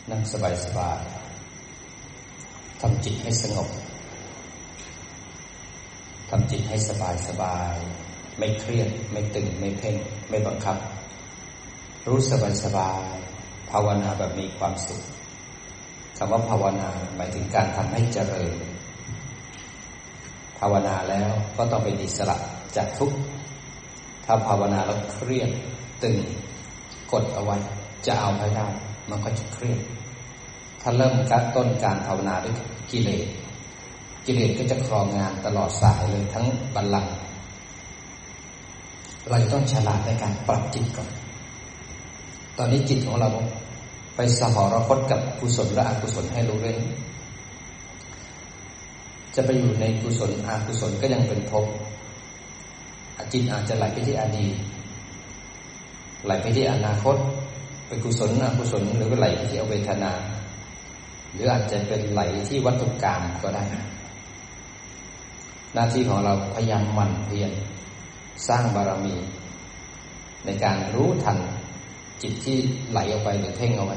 นั่งสบายๆทำจิตให้สงบทำจิตให้สบายๆไม่เครียดไม่ตึงไม่เพ่งไม่บังคับรู้สบายๆภาวนาแบบมีความสุขคำว่าภาวนาหมายถึงการทำให้เจริญภาวนาแล้วก็ต้องเป็นอิสระจากทุกข์ถ้าภาวนาแล้วเครียดตึงกดเอาไว้จะเอาให้ได้มันก็จะเครียดถ้าเริ่มต้นการภาวนาด้วยกิเลสก็จะครองงานตลอดสายเลยทั้งบัลลังก์เราจะต้องฉลาดในการปรับจิตก่อนตอนนี้จิตของเราไปสหรคตกับกุศลและอกุศลให้รู้เรื่องจะไปอยู่ในกุศลอกุศลก็ยังเป็นภพจิตอาจจะไหลไปที่อดีตไหลไปที่อนาคตไปกุศลอกุศลหรือไหลไปที่อเวทนาหรืออาจจะเป็นไหลที่วัตถุกรรมก็ได้หน้าที่ของเราพยายามหมั่นเพียรสร้างบารมีในการรู้ทันจิตที่ไหลออกไปหรือเพ่งเอาไว้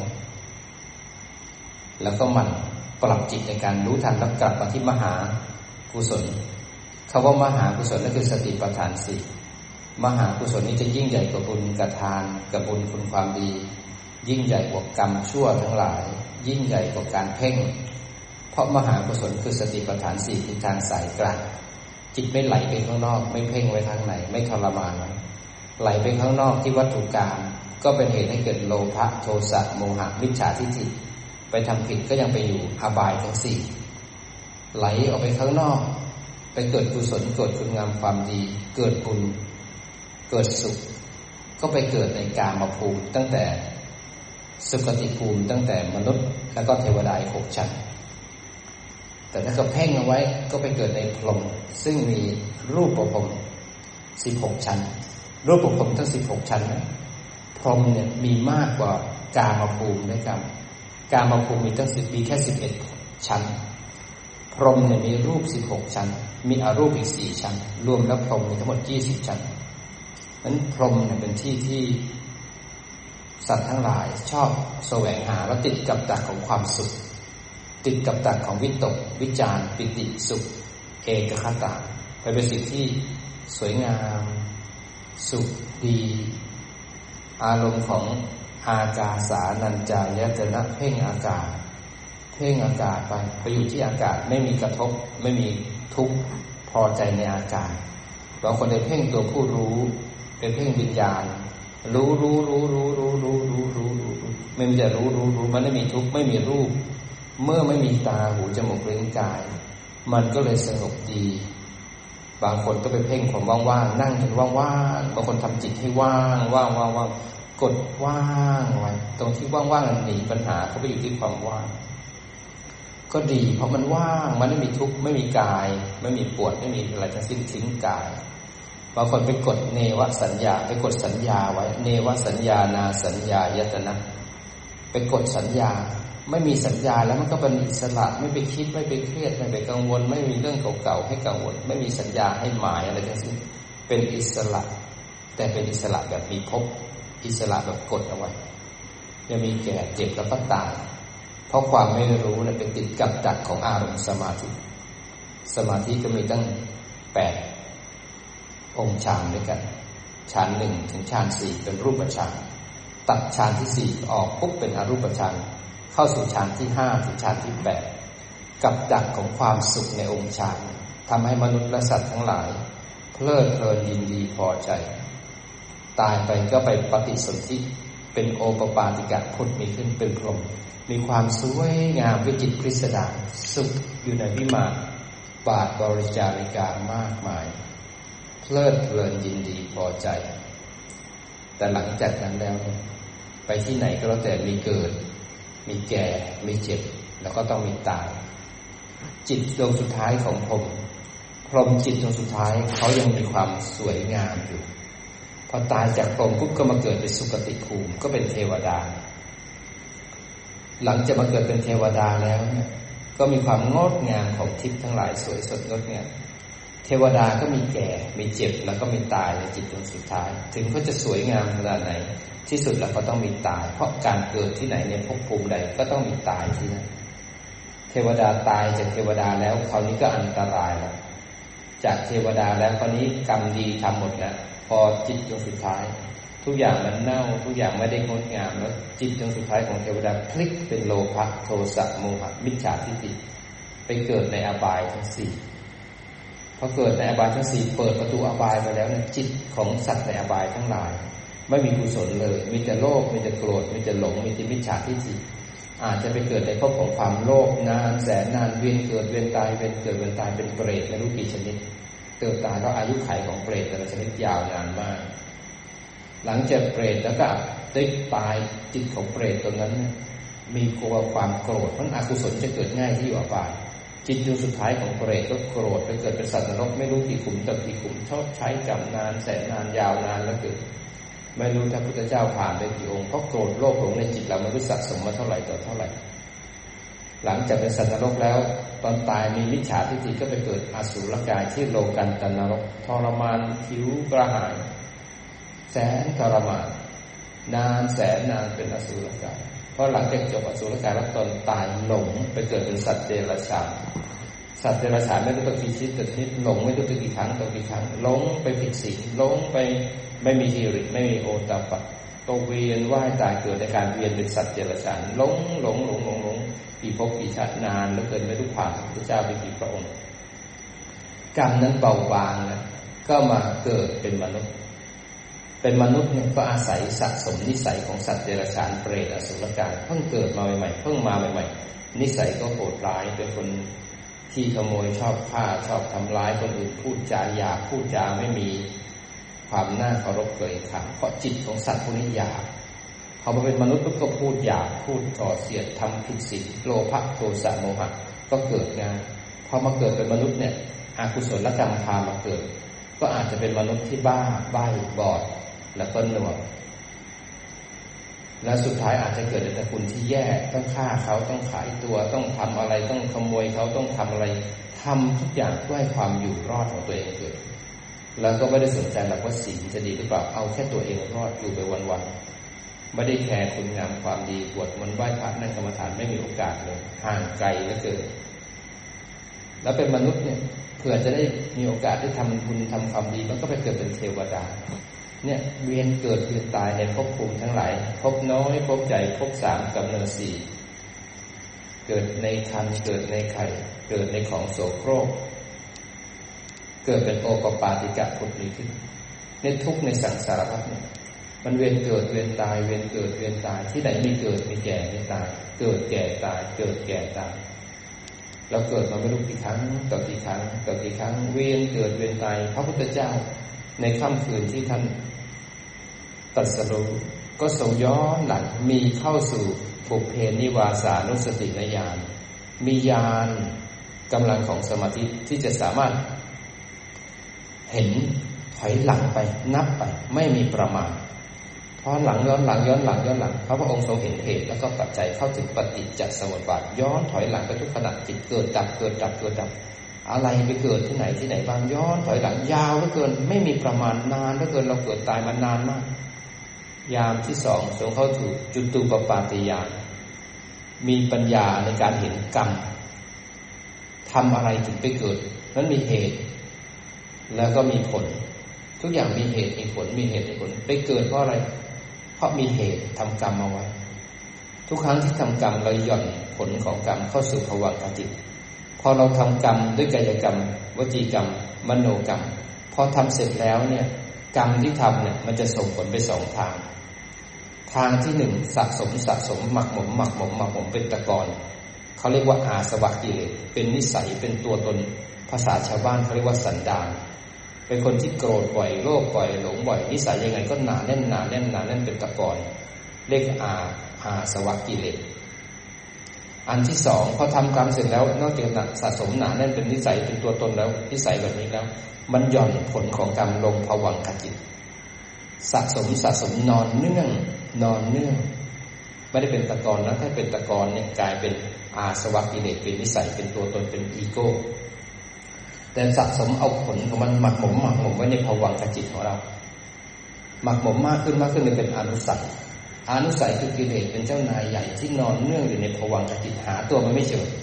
แล้วก็หมั่นปรับจิตในการรู้ทันแล้วกลับมาที่มหากุศลคำว่ามหากุศลนั่นคือสติปัฏฐานสี่มหากุศลนี้จะยิ่งใหญ่กว่าบุญกทานกับบุญคุณความดียิ่งใหญ่กว่ากรรมชั่วทั้งหลายยิ่งใหญ่กว่าการเพ่งเพราะมหากุศลคือสติปัฏฐานสี่คือทางสายกลางจิตไม่ไหลไปข้างนอกไม่เพ่งไว้ทางไหนไม่ทรมานไหลไปข้างนอกที่วัตถุกรรมก็เป็นเหตุให้เกิดโลภะโทสะโมหะมิจฉาทิฏฐิไปทำผิดก็ยังไปอยู่อบายทั้งสี่ไหลออกไปข้างนอกไปเกิดกุศลเกิดคุณงามความดีเกิดบุญเกิดสุขก็ไปเกิดในกามภูมิตั้งแต่สุคติภูมิตั้งแต่มนุษย์แล้วก็เทวดา6 ชั้นแต่ถ้าก็เพ่งเอาไว้ก็ไปเกิดในพรหมซึ่งมีรูปประพรหม16 ชั้นรูปประพรหมทั้ง16 ชั้นนะพรหมเนี่ยมีมากกว่ากามภูมิด้วยกันกามภูมิมีแค่11 ชั้นพรหมเนี่ยมีรูป16 ชั้นมีอรูปอีก4 ชั้นรวมแล้วพรหมมีทั้งหมด20 ชั้นนั้นพรหมเนี่ยเป็นที่สัตว์ทั้งหลายชอบแสวงหาและติดกับดักของความสุขติดกับดักของวิตกวิจารปิติสุขเอกคตาไปเป็นสิ่งที่สวยงามสุขดีอารมณ์ของอากาสานัญจายตนะเพ่งอากาศไปอยู่ที่อากาศไม่มีกระทบไม่มีทุกข์พอใจในอากาศบางคนได้เพ่งตัวผู้รู้ไปเพ่งวิญญาณรู้ไม่มีแต่รู้มันไม่มีทุกข์ไม่มีรูปเมื่อไม่มีตาหูจมูกลิ้นกายมันก็เลยสงบดีบางคนก็ไปเพ่งความว่างๆนั่งจนว่างๆบางคนทำจิตให้ว่างกดว่างไว้ตรงที่ว่างๆหนีปัญหาก็ไปอยู่ที่ความว่างก็ดีเพราะมันว่างมันไม่มีทุกข์ไม่มีกายไม่มีปวดไม่มีอะไรทั้งสิ้นทิ้งกายบางคนไปกดเนวสัญญาไปกดสัญญาไว้เนวสัญญานาสัญญายตนะไปกดสัญญาไม่มีสัญญาแล้วมันก็เป็นอิสระไม่ไปคิดไม่ไปเครียดไม่ไปกังวลไม่มีเรื่องเก่าๆให้กังวลไม่มีสัญญาให้หมายอะไรทั้งสิ้นเป็นอิสระแต่เป็นอิสระแบบมีภพอิสระแบบกดเอาไว้จะมีแก่เจ็บแล้วก็ตายเพราะความไม่รู้เนี่ยเป็นติดกับดักของอารมณ์สมาธิก็มีตั้ง8 องค์ฌานด้วยกันฌาน1ถึงฌาน4เป็นรูปฌานตัดฌานที่4ออกปุ๊บเป็นอรูปฌานเข้าสู่ฌานที่5ถึงฌานที่8กับดักของความสุขในองค์ฌานทำให้มนุษย์และสัตว์ทั้งหลายเพลิดเพลินยินดีพอใจตายไปก็ไปปฏิสนธิเป็นโอปปาติกะผุดมีขึ้นเป็นพรหมมีความสวยงามวิจิตรพิสดารสุขอยู่ในวิมานบาทบริจาริกามากมายเพลิดเพลินยินดีพอใจแต่หลังจากนั้นแล้วไปที่ไหนก็แล้วแต่มีเกิดมีแก่มีเจ็บแล้วก็ต้องมีตายจิตดวงสุดท้ายของพรหมจิตดวงสุดท้ายเขายังมีความสวยงามอยู่พอตายจากพรหมปุ๊บก็มาเกิดเป็นสุคติภูมิก็เป็นเทวดาหลังจากมาเกิดเป็นเทวดาแล้วเนี่ยก็มีความงดงามของทิพย์ทั้งหลายสวยสดงดงามเทวดาก็มีแก่มีเจ็บแล้วก็มีตายในจิตดวงสุดท้ายถึงเขาจะสวยงามขนาดไหนที่สุดแล้วก็ต้องมีตายเพราะการเกิดที่ไหนในภพภูมิใดก็ต้องมีตายที่นั่นเทวดาตายจากเทวดาแล้วคราวนี้ก็อันตรายแล้วจากเทวดาแล้วคราวนี้กรรมดีทำหมดแล้วพอจิตดวงสุดท้ายทุกอย่างมันเน่าทุกอย่างไม่ได้งดงามแล้วจิตดวงสุดท้ายของเทวดาพลิกเป็นโลภะโทสะโมหะมิจฉาทิฏฐิไปเกิดในอบายทั้งสี่พอเกิดในอบายทั้งสี่เปิดประตูอบายไปแล้วเนี่ยจิตของสัตว์ในอบายทั้งหลายไม่มีกุศลเลยมีแต่โลภมีแต่โกรธมีแต่หลงมีแต่มิจฉาทิฏฐิอาจจะไปเกิดในภพของความโลภนานแสนนานเวียนเกิดเวียนตายเวียนเกิดเวียนตายเป็นเปรตไม่รู้กี่ชนิดเกิดตายก็อายุขัยของเปรตแต่ละชนิดยาวนานมากหลังจากเปรตแล้วก็ได้ตายจิตของเปรตตรงนั้นมีกลัวความโกรธเพราะอกุศลจะเกิดง่ายที่อยู่อบายจิตดวงสุดท้ายของเปรตก็โกรธไปเกิดเป็นสัตว์นรกไม่รู้กี่ขุมต่อกี่ขุมชอบใช้กรรมนานแสนนานยาวนานแล้วเกิดไม่รู้ถ้าพุทธเจ้าผ่านไปกี่องค์เพราะโกรธโลภหลงในจิตเราไม่รู้สะสมมาเท่าไหร่ต่อเท่าไหร่หลังจากเป็นสัตว์นรกแล้วตอนตายมีมิจฉาทิฏฐิก็ไปเกิดอสุรกายที่โลกันตนรกทรมานผิวกระหายแสนทรมานนานแสนนานเป็นอสุรกายเพราะหลังจากจบอสุรกายแล้วตอนตายหลงไปเกิดเป็นสัตว์เดรัจฉานสัตว์เดรัจฉานไม่รู้ตัวกี่ชนิดหลงไม่รู้ตัวกี่ครั้งต่อกี่ครั้งหลงไปผิดศีลหลงไปไม่มีฮิริไม่มีโอตตัปปะก็เวียนว่ายตายเกิดในการเวียนเป็นสัตว์เดรัจฉานหลงกี่ภพกี่ชาตินานแล้วเกินไม่รู้ผ่านพระเจ้าไปกี่พระองค์กรรมนั้นเบาบางนะก็มาเกิดเป็นมนุษย์เนี่ยก็อาศัยสะสมนิสัยของสัตว์เดรัจฉานเปรตอสุรกายเพิ่งเกิดมาใหม่ๆเพิ่งมาใหม่ๆนิสัยก็โหดร้ายเป็นคนที่ขโมยชอบฆ่าชอบทำร้ายคนอื่นพูดจาหยาบพูดจาไม่มีความน่าเคารพเกรงขามเพราะจิตของสัตว์พวกนี้หยาบพอมาเป็นมนุษย์ก็พูดหยาบพูดส่อเสียดทำผิดศีลโลภะโทสะโมหะก็เกิดง่ายพอมาเกิดเป็นมนุษย์เนี่ยอกุศลกรรมพามาเกิดก็อาจจะเป็นมนุษย์ที่บ้าใบ้บอดแล้วก็หนวกและสุดท้ายอาจจะเกิดในตระกูลที่แย่ต้องฆ่าเขาต้องขายตัวต้องทำอะไรต้องขโมยเขาต้องทำอะไรทำทุกอย่างเพื่อให้ความอยู่รอดของตัวเองเกิดแล้วก็ไม่ได้สนใจหรอกว่าศีลจะดีหรือเปล่าเอาแค่ตัวเองรอดอยู่ไปวันๆไม่ได้แคร์คุณงามความดีบวชมนต์ไหว้พระนั่งกรรมฐานไม่มีโอกาสเลยห่างไกลเหลือเกินแล้วเป็นมนุษย์เนี่ยเผื่อจะได้มีโอกาสได้ทำบุญทำความดีมันก็ไปเกิดเป็นเทวดาเนี่ยเวียนเกิดเวียนตายในภพภูมิทั้งหลายภพน้อยภพใหญ่ภพสามกำเนิดสี่เกิดในครรภ์เกิดในไข่เกิดในของโสโครกเกิดเป็นโอปปาติกะผุดมีขึ้นในทุกในสังสารวัฏเนี่ยมันเวียนเกิดเวียนตายเวียนเกิดเวียนตายที่ไหนมีเกิดมีแก่มีตายเกิดแก่ตายเกิดแก่ตายเราเกิดมาไม่รู้กี่ครั้งต่อกี่ครั้งต่อกี่ครั้งเวียนเกิดเวียนตายพระพุทธเจ้าในค่ำคืนที่ท่านตรัสรู้ก็ทรงย้อนหลังมีเข้าสู่ปุพเพนิวาสานุสติญาณมีญาณกำลังของสมาธิที่จะสามารถเห็นถอยหลังไปนับไปไม่มีประมาณเพราะหลังย้อนหลังพระองค์ทรงเห็นเหตุแล้วก็ปัจจัยเข้าถึงปฏิจจสมุปบาทย้อนถอยหลังไปทุกขณะจิตเกิดดับอะไรไปเกิดที่ไหนบ้างย้อนถอยหลังยาวเหลือเกินไม่มีประมาณนานเหลือเกินเราเกิดตายมานานมากยามที่สองทรงเข้าถึงจุตูปปาติญาณมีปัญญาในการเห็นกรรมทำอะไรถึงไปเกิดนั้นมีเหตุแล้วก็มีผลทุกอย่างมีเหตุมีผลไปเกิดเพราะอะไรเพราะมีเหตุทำกรรมเอาไว้ทุกครั้งที่ทำกรรมเราหย่อนผลของกรรมเข้าสู่ภวังคจิตพอเราทำกรรมด้วยกายกรรมวจีกรรมมโนกรรมพอทำเสร็จแล้วเนี่ยกรรมที่ทำเนี่ยมันจะส่งผลไปสองทางที่หนึ่งสะสมหมักหมมเป็นตะกอนเขาเรียกว่าอาสวะกิเลสเป็นนิสัยเป็นตัวตนภาษาชาวบ้านเขาเรียกว่าสันดานเป็นคนที่โกรธบ่อยโลภบ่อยหลงบ่อยนิสัยยังไงก็หนาแน่นเป็นตะกอนเรียกอาสวะกิเลสอันที่สองพอทำกรรมเสร็จแล้วนอกจากสะสมหนาแน่นเป็นนิสัยเป็นตัวตนแล้วนิสัยแบบนี้แล้วมันหย่อนผลของกรรมลงภวังคจิตสะสมนอนเนื่องไม่ได้เป็นตะกอนนะถ้าเป็นตะกอนเนี่ยกลายเป็นอาสวะกิเลสเป็นนิสัยเป็นตัวตนเป็นอีโก้แต่สะสมเอาผลของมันหมักหมมไว้ในภวังคจิตของเราหมักหมมมากขึ้นเลยเป็นอนุสัยคือกิเลสเป็นเจ้านายใหญ่ที่นอนเนื่องอยู่ในภวังคจิตหาตัวมันไม่เจอ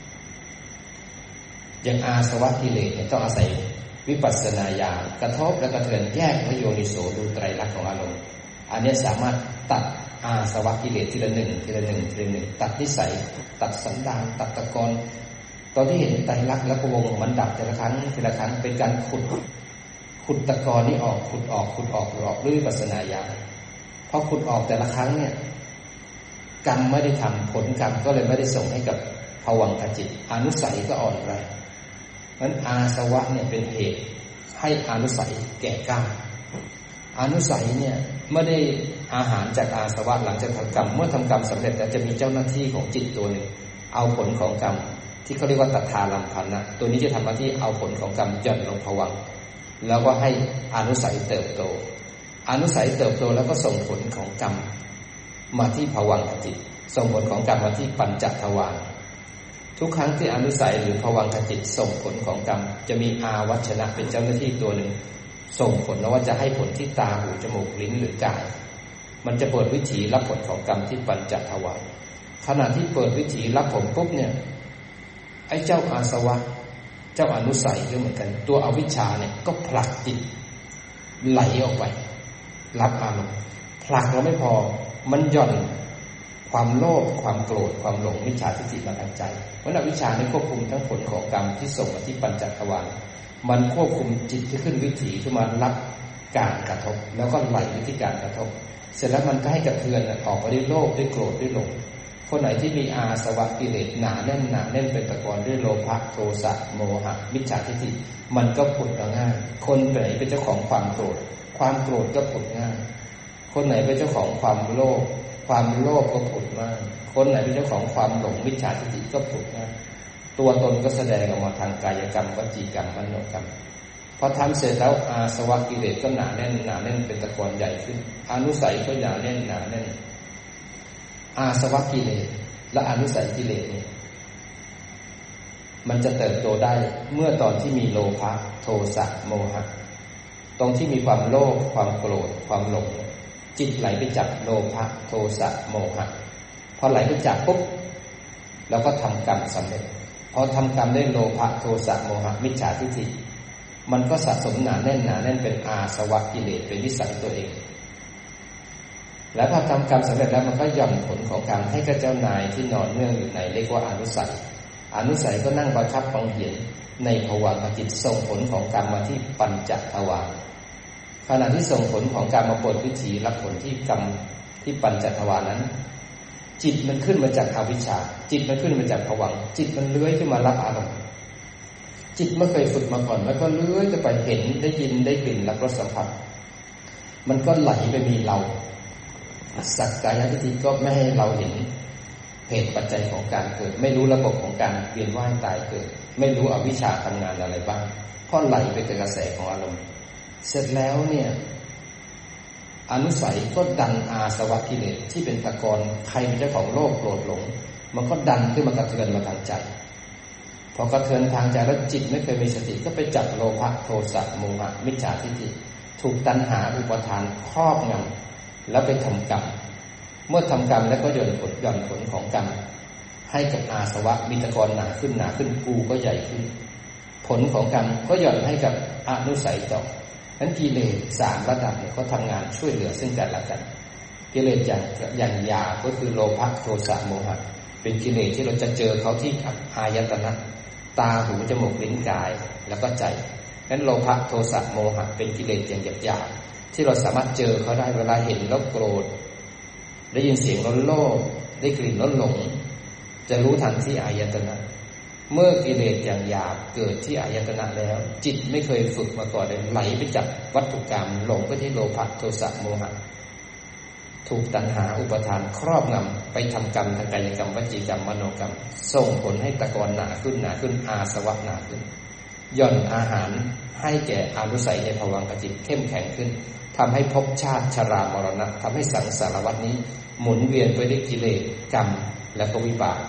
อย่างอาสวะกิเลสเนี่ยต้องอาศัยวิปัสสนาญาณกระทบและกระเทือนแยกพโยนิโสดูไตรลักษณ์ของอารมณ์อันนี้สามารถตัดอาสวะกิเลสทีละหนึ่งตัดนิสัยตัดสันดานตัดตะกอนตอนที่เห็นไตรลักษณ์และพวงมันดับแต่ละครั้งเป็นการขุดตะกอนนี้ออกขุดออกด้วยวิปัสสนาญาณพอขุดออกแต่ละครั้งเนี่ยกรรมไม่ได้ทำผลกรรมก็เลยไม่ได้ส่งให้กับภวังคจิตอนุสัยก็อ่อนแรงนั้นอาสวะเนี่ยเป็นเหตุให้อนุสัยแก่กล้าอนุสัยเนี่ยไม่ได้อาหารจากอาสวะหลังจากทำกรรมเมื่อทำกรรมสำเร็จแล้วจะมีเจ้าหน้าที่ของจิตตัวหนึ่งเอาผลของกรรมที่เขาเรียกว่าตถาลัมพันนะตัวนี้จะทำหน้าที่เอาผลของกรรมหย่อนลงภวังค์แล้วก็ให้อนุสัยเติบโตแล้วก็ส่งผลของกรรมมาที่ภวังคจิตส่งผลของกรรมมาที่ปัญจทวารทุกครั้งที่อนุสัยหรือภวังคจิตส่งผลของกรรมจะมีอาวัชนะเป็นเจ้าหน้าที่ตัวหนึ่งส่งผลว่าจะให้ผลที่ตาหูจมูกลิ้นหรือกายมันจะเปิดวิถีรับผลของกรรมที่ปัญจทวารขณะที่เปิดวิถีรับผลปุ๊บเนี่ยไอ้เจ้าอาสวะเจ้าอนุสัยก็เหมือนกันตัวอวิชชาเนี่ยก็ผลักจิตไหลออกไปรับอารมณ์ผลักเราไม่พอมันหย่อนความโลภความโกรธความหลงมิจฉาทิฏฐิมาทางใจเพราะอวิชชาเนี่ยควบคุมทั้งผลของกรรมที่ส่งมาที่ปัญจทวารมันควบคุมจิตที่ขึ้นวิถีขึ้นมารับการกระทบแล้วก็ไหลไปที่การกระทบเสร็จแล้วมันก็ให้กระเทือนออกไปด้วยโลภด้วยโกรธด้วยหลงคนไหนที่มีอาสวะกิเลสหนาแน่นเป็นตะกอนด้วยโลภะโทสะโมหะมิจฉาทิฏฐิมันก็ผุดง่ายคนไหนเป็นเจ้าของความโกรธก็ผุดง่ายคนไหนเป็นเจ้าของความโลภก็ผุดง่ายคนไหนเป็นเจ้าของความหลงมิจฉาทิฏฐิก็ผุดง่ายตัวตนก็แสดงออกมาทางกายกรรมวจีกรรมมโนกรรมพอทำเสร็จแล้วอาสวะกิเลสก็หนาแน่นเป็นตะกอนใหญ่ขึ้นอนุสัยก็หนาแน่นอาสวะกิเลสและอนุสัยกิเลสเนี่ยมันจะเติบโตได้เมื่อตอนที่มีโลภะโทสะโมหะตรงที่มีความโลภความโกรธความหลงจิตไหลไปจับโลภะโทสะโมหะพอไหลไปจับปุ๊บเราก็ทำกรรมสำเร็จพอทำกรรมได้โลภะโทสะโมหะมิจฉาทิฏฐิมันก็สะสมหนาแน่นเป็นอาสวะกิเลสเป็นนิสัยตัวเองแล้วพอทำกรรมสำเร็จแล้วมันก็หย่อนผลของกรรมให้กับเจ้านายที่นอนเนื่องอยู่ในเรียกว่าอนุสัยก็นั่งบังคับบังเหียนในภวังคจิตส่งผลของกรรมมาที่ปัญจทวารขณะที่ส่งผลของกรรมมาเปิดวิถีรับผลที่กรรมที่ปัญจทวารนั้นจิตมันขึ้นมาจากอวิชชาจิตมันขึ้นมาจากภวังค์จิตมันเลื้อยขึ้นมารับอารมณ์จิตไม่เคยฝึกมาก่อนแล้วก็เลื้อยจะไปเห็นได้ยินได้กลิ่นรับรสสัมผัสมันก็ไหลไปมีเราสักกายทิฏฐิก็ไม่ให้เราเห็นเหตุปัจจัยของการเกิดไม่รู้ระบบของการเวียนว่ายตายเกิดไม่รู้อวิชชาทำงานอะไรบ้างเพราะไหลไปกับกระแสของอารมณ์เสร็จแล้วเนี่ยอนุสัยก็ดันอาสวะกิเลสที่เป็นตะกอนใครเป็นเจ้าของโลภโกรธหลงมันก็ดันขึ้นมากระเทือนมาทางใจพอกระเทือนทางใจแล้วจิตไม่เคยมีสติก็ไปจับโลภะโทสะโมหะมิจฉาทิฏฐิถูกตัณหาอุปทานครอบงำแล้วไปทำกรรมเมื่อทำกรรมแล้วก็หย่อนผลของกรรมให้กับอาสวะมีตะกอนหนาขึ้นกูก็ใหญ่ขึ้นผลของกรรมก็หย่อนให้กับอนุสัยต่อนั้นกิเลส3ระดับเนี่ยเขาทำงานช่วยเหลือซึ่งกันและกันกิเลสอย่างหยาบก็คือโลภะโทสะโมหะเป็นกิเลสที่เราจะเจอเขาที่อายตนะตาหูจมูกลิ้นกายแล้วก็ใจนั้นโลภะโทสะโมหะเป็นกิเลสอย่างหยาบที่เราสามารถเจอเขาได้เวลาเห็นแล้วโกรธได้ยินเสียงแล้วโลภได้กลิ่นแล้วหลงจะรู้ทันที่อายตนะเมื่อกิเลสอย่างหยาบเกิดที่อายตนะแล้วจิตไม่เคยฝึกมาก่อนเลยไหลไปจับวัตถุกรรมหลงไปที่โลภะโทสะโมหะถูกตัณหาอุปทานครอบงำไปทำกรรมทางกายกรรมวจีกรรมมโนกรรมส่งผลให้ตะกอนหนาขึ้นอาสวะหนาขึ้นย่อนอาหารให้แก่อนุสัยในภวังคจิตเข้มแข็งขึ้นทำให้ภพชาติชรามรณะทำให้สังสารวัฏนี้หมุนเวียนไปด้วยกิเลสกรรมและก็วิบาก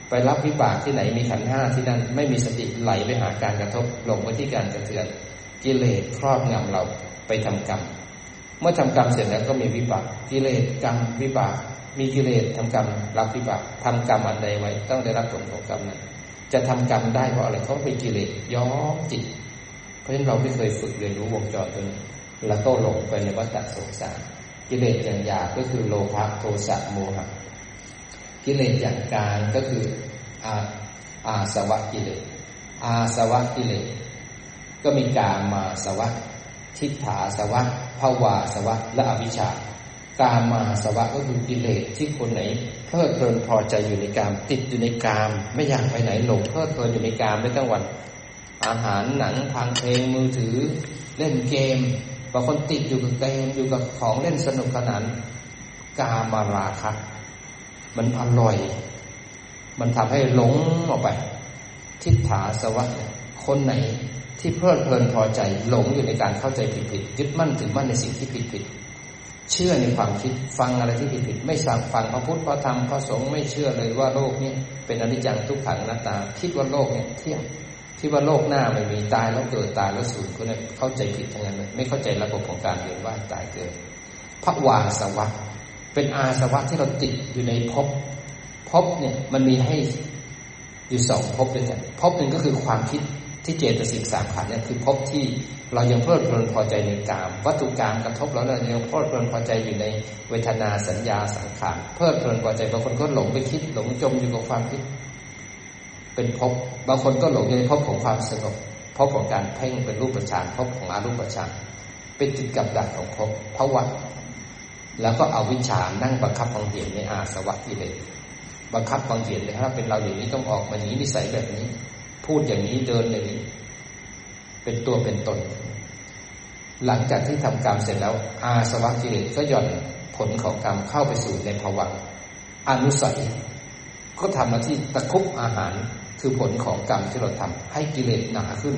ไปรับวิบากที่ไหนมีขันธ์5ที่นั่นไม่มีสติไหลไปหาการกระทบหลงไปที่การกระเทือนกิเลสครอบงำเราไปทำกรรมเมื่อทำกรรมเสร็จแล้วก็มีวิบากกิเลสกรรมวิบากมีกิเลสทำกรรมรับวิบากทำกรรมอันใดไว้ต้องได้รับผลของกรรมนั้นจะทำกรรมได้เพราะอะไรเขาเป็นกิเลสย้อมจิตเพราะฉะนั้นเราไม่เคยฝึกเรียนรู้วงจรตัวนี้แล้วก็หลงไปในวัฏฏะสงสารกิเลสอย่างหยาบก็คือโลภะโทสะโมหะกิเลสอย่างกลางก็คืออาสวะกิเลสอาสวะกิเลสก็มีกามาสวะทิฏฐาสวะภวาสวะและอวิชชากามาสวะก็คือกิเลสที่คนไหนเพลิดเพลินพอใจอยู่ในกามติดอยู่ในกามไม่อยากไปไหนหลงเพลิดเพลินอยู่ในกามไม่ทั้งวันอาหารหนังฟังเพลงมือถือเล่นเกมบางคนติดอยู่กับเกมอยู่กับของเล่นสนุกสนานกามาราคะมันอร่อยมันทำให้หลงออกไปทิฏฐาสวะคนไหนที่เพลิดเพลินพอใจหลงอยู่ในการเข้าใจผิดยึดมั่นถือมั่นในสิ่งที่ผิดเชื่อในความคิดฟังอะไรที่ผิดไม่ฟังพระพุทธพระธรรมพระสงฆ์ไม่เชื่อเลยว่าโลกนี้เป็นอนิจจังทุกขังอนัตตาคิดว่าโลกนี้เที่ยงที่ว่าโลกหน้าไม่มีตายแล้วเกิดตายแล้วสูญคนนั้นเข้าใจผิดทั้งนั้นเลยไม่เข้าใจระบบของการเวียนว่ายตายเกิดภวาสวะเป็นอาสวะที่เราติดอยู่ในภพเนี่ยมันมีให้อยู่2ภพด้วยกันภพหนึ่งก็คือความคิดที่เจตสิก3ขันธ์เนี่ยคือภพที่เรายังเพลิดเพลินพอใจในกามวัตถุกามกระทบแล้วเรายังเพลิดเพลินพอใจอยู่ในเวทนาสัญญาสังขารเพลิดเพลินพอใจบางคนก็หลงไปคิดหลงจมอยู่กับความคิดเป็นภพบางคนก็หลงอยู่ในภพของความสงบภพของการเพ่งเป็นรูปฌานภพของอรูปฌานเป็นจุดกับดักของภพภวะแล้วก็อวิชชานั่งบังคับบังเหียนในอาสวะกิเลสบังคับบังเหียนเลยถ้าเป็นเราอย่างนี้ต้องออกมาอย่างนี้นิสัยแบบนี้พูดอย่างนี้เดินอย่างนี้เป็นตัวเป็นตนหลังจากที่ทำกรรมเสร็จแล้วอาสวะกิเลสก็หย่อนผลของกรรมเข้าไปสู่ในภวังค์อนุสัยก็ทำหน้าที่ตะคุบอาหารคือผลของกรรมที่เราทำให้กิเลสหนาขึ้น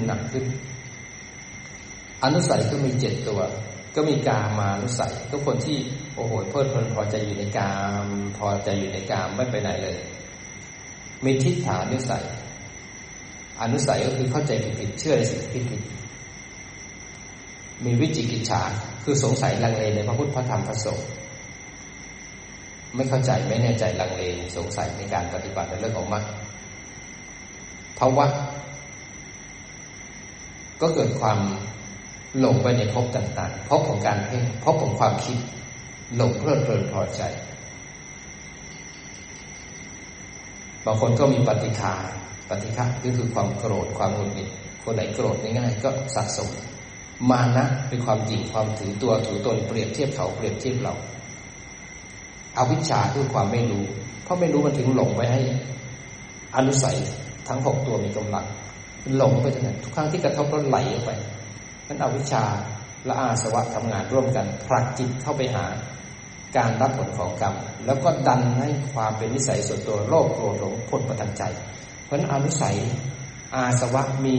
อนุสัยก็มี7ตัวก็มีกามานุสัยทุกคนที่โอ้โหเพลิดเพลินพอใจอยู่ในกามพอใจอยู่ในกามไม่ไปไหนเลยมีทิฏฐานุสัยอนุสัยก็คือเข้าใจผิดเชื่อในสิ่งที่ผิดมีวิจิกิจฉาคือสงสัยลังเลในพระพุทธพระธรรมพระสงฆ์ไม่เข้าใจไม่แน่ใจลังเลสงสัยในการปฏิบัติในเรื่องของมรรคภวะก็เกิดความหลงไปในภพต่างๆภพของการเพ่งภพของความคิดหลงเพลิดเพลินพอใจบางคนก็มีปฏิฆะก็คือความโกรธความหงุดหงิดคนไหนโกรธง่ายๆก็สะสมมานะเป็นความหยิ่งความถือตัวถือตนเปรียบเทียบเขาเปรียบเทียบเราอวิชชาคือความไม่รู้เพราะไม่รู้มันถึงหลงไปให้อนุสัยทั้ง6ตัวมีกำลังหลงไปจนทุกครั้งที่กระทบก็ไหลออกไปนั้นอวิชชาและอาสวะทำงานร่วมกันผลักจิตเข้าไปหาการรับผลของกรรมแล้วก็ดันให้ความเป็นนิสัยส่วนตัวโลภโกรธหลงพ้นประทังใจเพราะนั้นอนุสัยอาสวะมี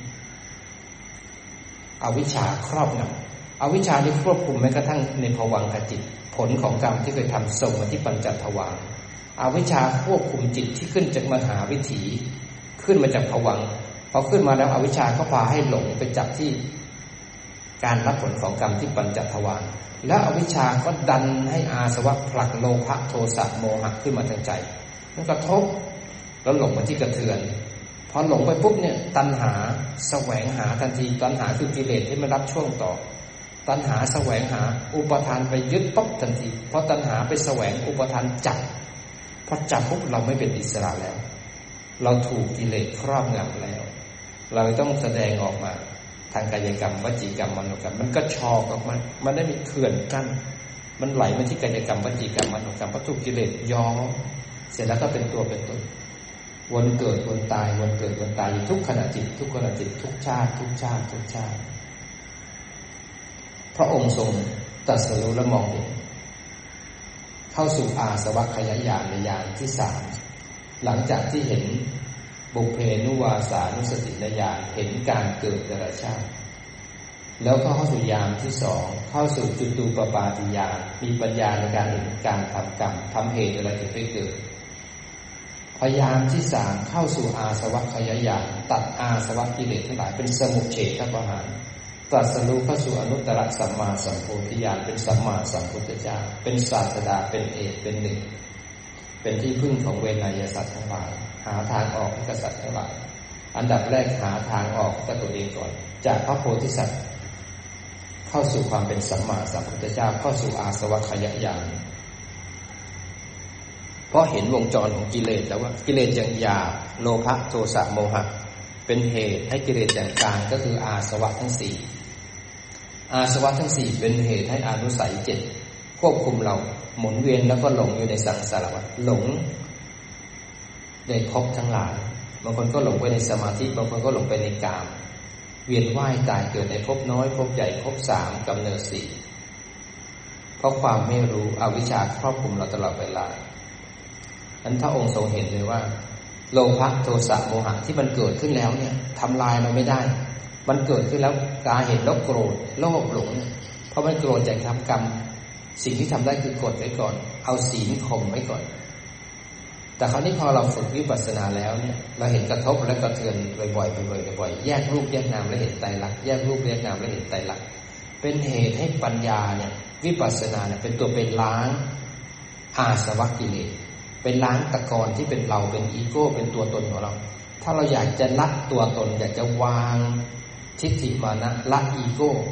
อวิชชาครอบงำอวิชชาที่ควบคุมแม้กระทั่งในภวังคจิตผลของกรรมที่เคยทำส่งมาที่ปัญจทวารอวิชชาควบคุมจิตที่ขึ้นจากมหาวิถีขึ้นมาจากภวังค์พอขึ้นมาแล้วอวิชชาก็พาให้หลงไปจับที่การรับผลของกรรมที่ปัญจทวารแล้วอวิชชาก็ดันให้อาสวะผลักโลภะโทสะโมหะขึ้นมาทางใจมันกระทบแล้วหลงมาที่กระเทือนพอหลงไปปุ๊บเนี่ยตัณหาแสวงหาทันทีตัณหาคือกิเลสที่มันรับช่วงต่อตัณหาแสวงหาอุปทานไปยึดปั๊บทันทีเพราะตัณหาไปแสวงอุปทานจับพอจับปุ๊บเราไม่เป็นอิสระแล้วเราถูกกิเลสครอบงำแล้วเราต้องแสดงออกมาทางกายกรรมวจีกรรมมโนกรรมมันก็ชอกออกมามันได้มีเขื่อนกั้นมันไหลมาที่กายกรรมวจีกรรมมโนกรรมเพราะถูกกิเลสย้อมเสร็จแล้วก็เป็นตัวเป็นตนวนเกิดวนตายวนเกิดวนตายอยู่ทุกขณะจิตทุกขณะจิตทุกชาติพระองค์ทรงตรัสรู้และมองเห็นเข้าสู่อาสวะขยายญาณในญาณที่3หลังจากที่เห็นบุพเพนุวาสานุสติญาณเห็นการเกิดแต่ละชาติแล้วก็เข้าสู่ญาณที่2เข้าสู่จุตูปปาติญาณมีปัญญาในการเห็นการทำกรรมทำเหตุอะไรถึงได้เกิดพพยายามที่สามเข้าสู่อาสวะขยายานตัดอาสวะกิเลสทั้งหลายเป็นสมุจเฉทประหารตรัสรู้เข้าสู่อนุตตรสัมมาสัมโพธิญาณเป็นสัมมาสัมพุทธเจ้าเป็นศาสดาเป็นเอกเป็นหนึ่งเป็นที่พึ่งของเวไนยสัตว์ทั้งหลายหาทางออกให้กับสัตว์ทั้งหลายอันดับแรกหาทางออกให้กับตัวเองก่อนจากพระโพธิสัตว์เข้าสู่ความเป็นสัมมาสัมพุทธเจ้าเข้าสู่อาสวะขยายานเพราะเห็นวงจรของกิเลสแล้วว่ากิเลสอย่างหยาบโลภะโทสะโมหะเป็นเหตุให้กิเลสอย่างกลางก็คืออาสวะทั้งสี่อาสวะทั้งสี่เป็นเหตุให้อนุสัยเจ็ดควบคุมเราหมุนเวียนแล้วก็หลงอยู่ในสังสารวัฏหลงในภพทั้งหลายบางคนก็หลงไปในสมาธิบางคนก็หลงไปในกามเวียนว่ายตายเกิดในภพน้อยภพใหญ่ภพสามกำเนิดสี่เพราะความไม่รู้อวิชชาครอบคลุมเราตลอดเวลานั้นพระองค์ทรงเห็นเลยว่าโลภะโทสะโมหะที่มันเกิดขึ้นแล้วเนี่ยทำลายเราไม่ได้มันเกิดขึ้นแล้วกายเห็นแล้วโกรธโลภหลงเพราะมันโกรธจากทำกรรมสิ่งที่ทำได้คือกดไว้ก่อนเอาศีลข่มไว้ก่อนแต่คราวนี้พอเราฝึกวิปัสสนาแล้วเนี่ยเราเห็นกระทบและกระเทือนบ่อยๆแยกรูปแยกนามและเห็นไตรลักษณ์แยกรูปแยกนามและเห็นไตรลักษณ์เป็นเหตุให้ปัญญาเนี่ยวิปัสสนาเนี่ยเป็นตัวเป็นล้างอาสวะกิเลสเป็นล้างตะกอนที่เป็นเราเป็นอีโก้เป็นตัวตนของเราถ้าเราอยากจะละตัวตนอยากจะวางทิฏฐิมานะละอีโก้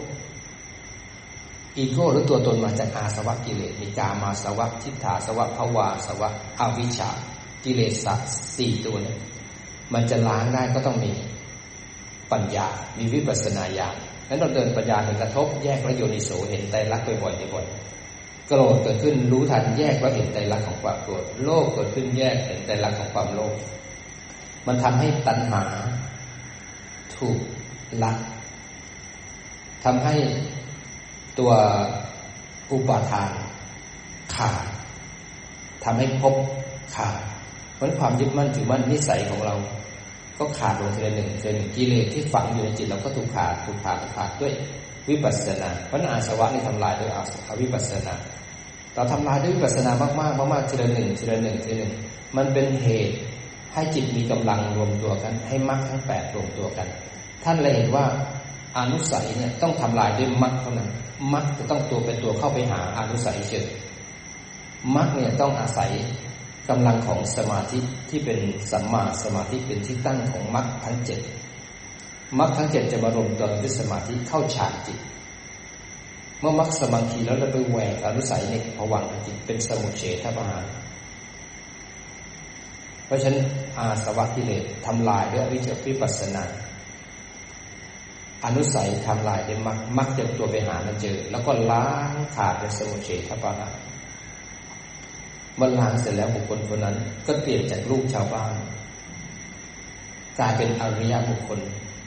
หรือตัวตนมาจากอาสวะกิเลสมีกามาสวะทิฏฐาสวะภวาสวะอวิชชากิเลสสี่ตัวเนี่ยมันจะล้างได้ก็ต้องมีปัญญามีวิปัสสนาญาณนั้นเราเดินปัญญาเห็นกระทบแยกและโยนิโสเห็นไตรลักษณ์บ่อยๆโกรธเกิดขึ้นรู้ทันแยกแล้วเห็นไตรลักษณ์ของความโกรธโลภเกิดขึ้นแยกเห็นไตรลักษณ์ของความโลภมันทำให้ตัณหาถูกละทำให้ตัวอุปาทานขาดทำให้ภพขาดเพราะความยึดมั่นถือมั่นนิสัยของเราก็ขาดลงทีละหนึ่งกิเลสที่ฝังอยู่ในจิตเราก็ถูกขาดด้วยวิปัสสนาเพราะอาสวะนี่ทำลายด้วยอวิปัสสนาเราทำลายด้วยวิปัสสนามากทีละหนึ่งมันเป็นเหตุให้จิตมีกำลังรวมตัวกันให้มรรคทั้งแปดรวมตัวกันท่านเลยเห็นว่าอนุสัยเนี่ยต้องทำลายด้วยมรรคเท่านั้นมรรคจะต้องตัวเป็นตัวเข้าไปหาอนุสัยเฉยมรรคเนี่ยต้องอาศัยกำลังของสมาธิที่เป็นสัมมาสมาธิเป็นที่ตั้งของมรรคทั้งเจ็ดมรรคทั้งเจ็ดจะมารวมตัวด้วยสมาธิเข้าฌานจิตเมื่อมรรคสมาธิแล้วเราไปแหวกอนุสัยในภวังค์จิตเป็นสมุจเฉทประหารเพราะฉะนั้นอาสวะกิเลสทำลายด้วยวิปัสสนาอนุสัยทำลายด้วยมรรคจะตัวไปหามันเจอแล้วก็ล้างขาดเป็นสมุจเฉทประหารเมื่อล้างเสร็จแล้วบุคคลคนนั้นก็เปลี่ยนจากลูกชาวบ้านกลายเป็นอริยบุคคล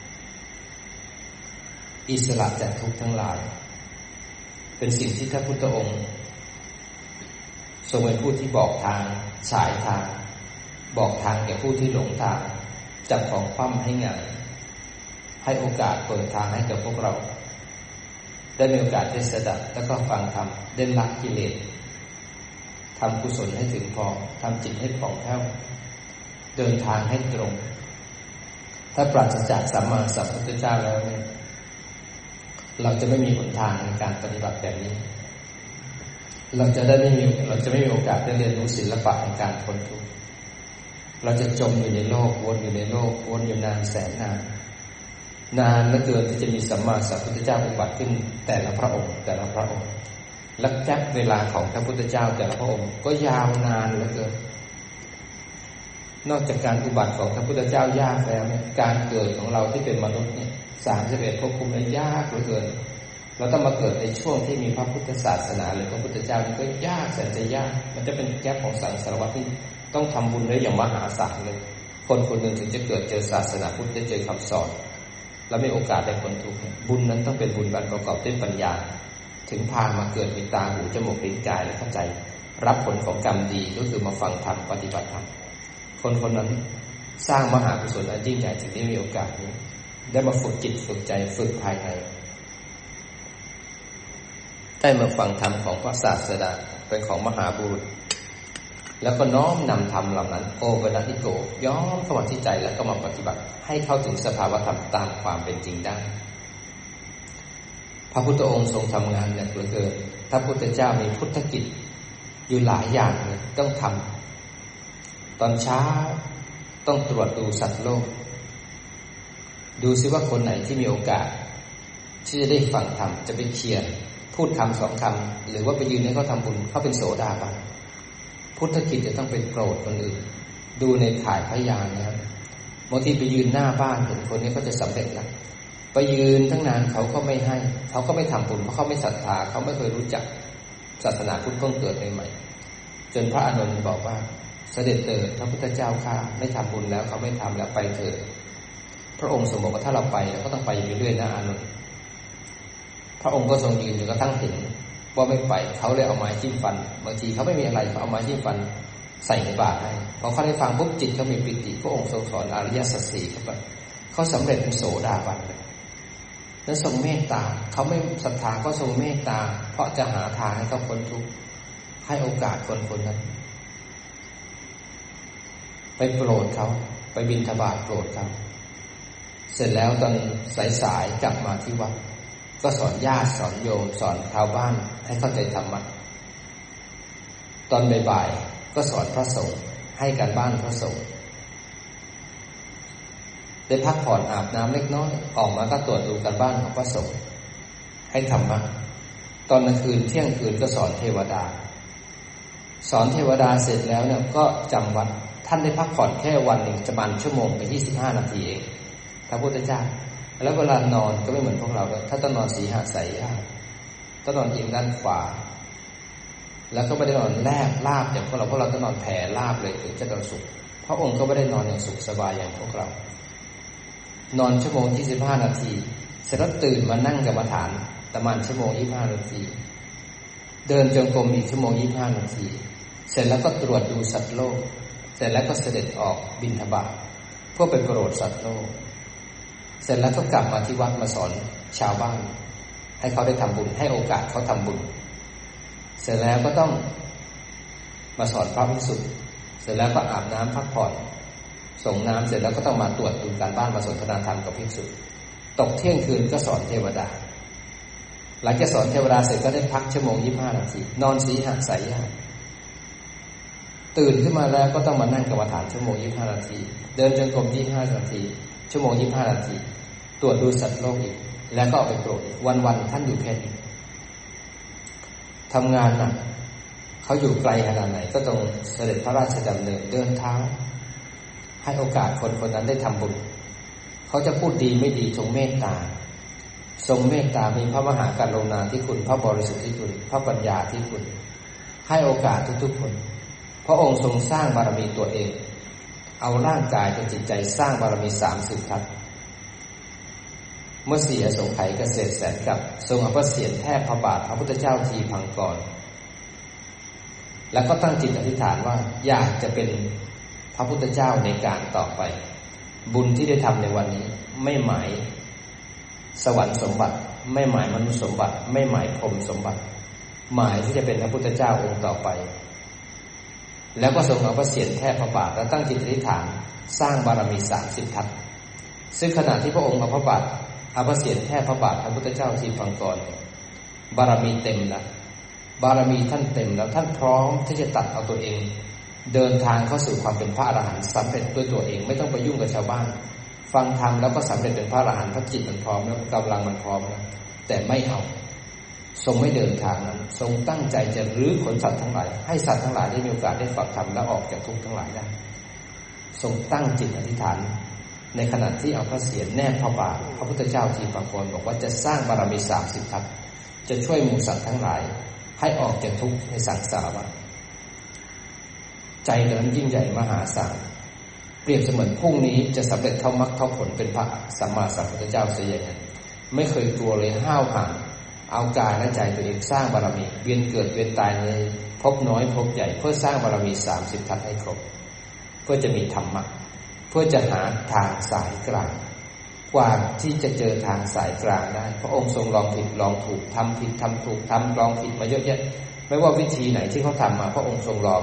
อิสระจากทุกข์ทั้งหลายเป็นสิ่งที่พระพุทธองค์ทรงเป็นผู้ที่บอกทางสายทางบอกทางแก่ผู้ที่หลงทางจับของคว่ำให้ง่ายให้โอกาสเปิดทางให้กับพวกเราได้มีโอกาสได้สดับแล้วก็ฟังธรรมได้ละกิเลสทำกุศลให้ถึงพร้อมทำจิตให้ผ่องแผ้วเดินทางให้ตรงถ้าปราศจากสัมมาสัมพุทธเจ้าแล้วเนี่ยเราจะไม่มีหนทางในการปฏิบัติแบบนี้เราจะไม่มีโอกาสได้เรียนรู้ศิลปะในการพ้นทุกข์เราจะจมอยู่ในโลกวนอยู่ในโลกวนอยู่นานแสนนานเหลือเกินที่จะมีสัมมาสัมพุทธเจ้าอุบัติขึ้นแต่ละพระองค์และจักเวลาของพระพุทธเจ้าแต่ละพระองค์ก็ยาวนานเหลือเกินนอกจากการอุบัติของพระพุทธเจ้ายากแล้วเนี่ยการเกิดของเราที่เป็นมนุษย์เนี่ย31ภพภูมิยากเหลือเกินเราต้องมาเกิดในช่วงที่มีพระพุทธศาสนาหรือพระพุทธเจ้านี่ก็ยากแสนจะยากมันจะเป็นแก๊ปของสังสารวัฏที่ต้องทำบุญได้อย่างมหาศาลเลยคนหนึ่งถึงจะเกิดเจอศาสนาพุทธได้เจอคำสอนและมีโอกาสได้พ้นทุกข์บุญนั้นต้องเป็นบุญประกอบด้วยปัญญาถึงพามาเกิดมีตาหูจมูกลิ้นกายและเข้าใจรับผลของกรรมดีก็คือมาฟังธรรมปฏิบัติธรรมคนนั้นสร้างมหากุศลอันยิ่งใหญ่ถึงได้มีโอกาสนี้ได้มาฝึกจิตฝึกใจฝึกภายในได้มาฟังธรรมของพระศาสดาเป็นของมหาบุรุษแล้วก็น้อมนำธรรมเหล่านั้นโอปนัสสิโกย้อมเข้ามาที่ใจแล้วก็มาปฏิบัติให้เข้าถึงสภาวธรรมตามความเป็นจริงได้พระพุทธองค์ทรงทำงานเนี่ยเหลือเกินพระพุทธเจ้ามีพุทธกิจอยู่หลายอย่างเลยต้องทำตอนเช้าต้องตรวจดูสัตว์โลกดูซิว่าคนไหนที่มีโอกาสที่จะได้ฟังธรรมจะไปเขียนพูดคำ2 คำหรือว่าไปยืนให้เขาทำบุญเขาเป็นโสดาบันพุทธกิจจะต้องเป็นโปรดคนอื่นดูในถ่ายพยานนะครับบางทีไปยืนหน้าบ้านเห็นคนนี้ก็จะสำเร็จแล้วไปยืนทั้งนานเขาก็ไม่ให้เขาก็ไม่ทำบุญเพราะเขาไม่ศรัทธาเขาไม่เคยรู้จักศาสนาพุทธเพิ่งเกิดใหม่ๆจนพระอานนท์บอกว่าเสด็จเถิดพระพุทธเจ้าข้าไม่ทำบุญแล้วเขาไม่ทำแล้วไปเถิดพระองค์ทรงบอกว่าถ้าเราไปเราก็ต้องไปอยู่เรื่อยๆนะอานนท์พระองค์ก็ทรงยืนจนกระทั่งเห็นว่าไม่ไปเขาเลยเอาไม้จิ้มฟันบางทีเขาไม่มีอะไรเขาเอาไม้จิ้มฟันใส่ในบาตรให้พอเขาได้ฟังปุ๊บจิตเขามีปิติพระองค์ทรงสอนอริยสัจ 4เข้าไปเขาสำเร็จเป็นโสดาบันแล้วทรงเมตตาเขาไม่ศรัทธาก็ทรงเมตตาเพราะจะหาทางให้เขาพ้นทุกข์ให้โอกาสคนนั้นไปโปรดเขาไปบิณฑบาตโปรดเขาเสร็จแล้วตอนสายๆกลับมาที่วัดก็สอนญาติสอนโยมสอนชาวบ้านให้เข้าใจธรรมะตอนบ่ายๆก็สอนพระสงฆ์ให้การบ้านพระสงฆ์ได้พักผ่อนอาบน้ำเล็กน้อยออกมาก็ตรวจดูการบ้านของพระสงฆ์ให้ธรรมะตอนกลางคืนเที่ยงคืนก็สอนเทวดาสอนเทวดาเสร็จแล้วเนี่ยก็จำวัดท่านได้พักผ่อนแค่วันหนึ่งประมาณ1 ชั่วโมงกับ25 นาทีเองพระพุทธเจ้าแล้วเวลานอนก็ไม่เหมือนพวกเราถ้าต้องนอนสีหสายญาติต้องนอนเอียงด้านขวาแล้วก็ไม่ได้นอนแลบราบอย่างพวกเราต้องนอนแผ่ราบเลยถึงจะนอนสุขพระองค์ก็ไม่ได้นอนอย่างสุขสบายอย่างพวกเรานอน1 ชั่วโมง 25 นาทีเสร็จแล้วตื่นมานั่งกรรมฐานประมาณ1 ชั่วโมง 25 นาทีเดินจงกรมอีก1 ชั่วโมง 25 นาทีเสร็จแล้วก็ตรวจดูสัตว์โลกเสร็จแล้วก็เสด็จออกบิณฑบาตเพื่อไปโปรดสัตว์โลกเสร็จแล้วก็กลับมาที่วัดมาสอนชาวบ้านให้เขาได้ทำบุญให้โอกาสเขาทำบุญเสร็จแล้วก็ต้องมาสอนพระภิกษุเสร็จแล้วก็อาบน้ำพักผ่อนส่งน้ำเสร็จแล้วก็ต้องมาตรวจดูการบ้านมาสนทนาธรรมกับภิกษุตกเที่ยงคืนก็สอนเทวดาหลังจากสอนเทวดาเสร็จก็ได้พัก1 ชั่วโมง 25 นาทีนอนสีหสายญาติตื่นขึ้นมาแล้วก็ต้องมานั่งกรรมฐาน1 ชั่วโมง 25 นาทีเดินจงกรม25 นาที1 ชั่วโมง 25 นาทีตรวจดูสัตว์โลกอีกแล้วก็เอาไปโปรดวันๆท่านอยู่แค่นี้ทำงานน่ะเขาอยู่ไกลขนาดไหนก็ต้องเสด็จพระราชดำเนินเดินเท้าให้โอกาสคนนั้นได้ทำบุญเขาจะพูดดีไม่ดีทรงเมตตาทรงเมตตามีพระมหากรุณาธิคุณพระบริสุทธิคุณพระปัญญาธิคุณให้โอกาสทุกๆคนพระองค์ทรงสร้างบารมีตัวเองเอาร่างกายกับจิตใจสร้างบารมี30 ทัศเมื่อ4 อสงไขยเกษตรแสนกับทรงอภิเษกแทบพระบาทพระพุทธเจ้าทีพังกรแล้วก็ตั้งจิตอธิษฐานว่าอยากจะเป็นพระพุทธเจ้าในการต่อไปบุญที่ได้ทำในวันนี้ไม่หมายสวรรค์สมบัติไม่หมายมนุษย์สมบัติไม่หมายพรหมสมบัติหมายที่จะเป็นพระพุทธเจ้าองค์ต่อไปแล้วก็ทรงเอาพระเศียรแทบพระบาทแล้วตั้งจิตอธิษฐานสร้างบารมี30 ทัศซึ่งขณะที่พระองค์เอาพระบาทเอาพระเศียรแทบพระบาทพระพุทธเจ้าทีพังกรบารมีเต็มแล้วบารมีท่านเต็มแล้วท่านพร้อมที่จะตัดเอาตัวเองเดินทางเข้าสู่ความเป็นพระอรหันต์สำเร็จด้วยตัวเองไม่ต้องไปยุ่งกับชาวบ้านฟังธรรมแล้วก็สำเร็จเป็นพระอรหันต์เพราะจิตมันพร้อมแล้วกำลังมันพร้อมแล้วแต่ไม่เอาทรงไม่เดินทางนั้นทรงตั้งใจจะรื้อขนสัตว์ทั้งหลายให้สัตว์ทั้งหลายได้มีโอกาสได้ฟังธรรมและออกจากทุกข์ทั้งหลายได้ทรงตั้งจิตอธิษฐานในขณะที่เอาพระเศียรแนบพระบาทพระพุทธเจ้าทีปังกรบอกว่าจะสร้างบารมี30 ทัศจะช่วยหมู่สัตว์ทั้งหลายให้ออกจากทุกข์ในสังสารวัฏใจนั้นยิ่งใหญ่มหาศาลเปรียบเสมือนพรุ่งนี้จะสำเร็จเข้ามรรคเข้าผลเป็นพระสัมมาสัมพุทธเจ้าเสียอย่างนั้นไม่เคยกลัวเลยห้าวหาญเอากายและใจตัวเองสร้างบารมีเวียนเกิดเวียนตายในภพน้อยภพใหญ่เพื่อสร้างบารมี30 ทัศให้ครบเพื่อจะมีธรรมะเพื่อจะหาทางสายกลางกว่าที่จะเจอทางสายกลางได้พระองค์ทรงลองผิดลองถูกทำผิดทำถูกทำลองผิดมาเยอะแยะไม่ว่าวิธีไหนที่เขาทำมาพระองค์ทรงลองหมดนะ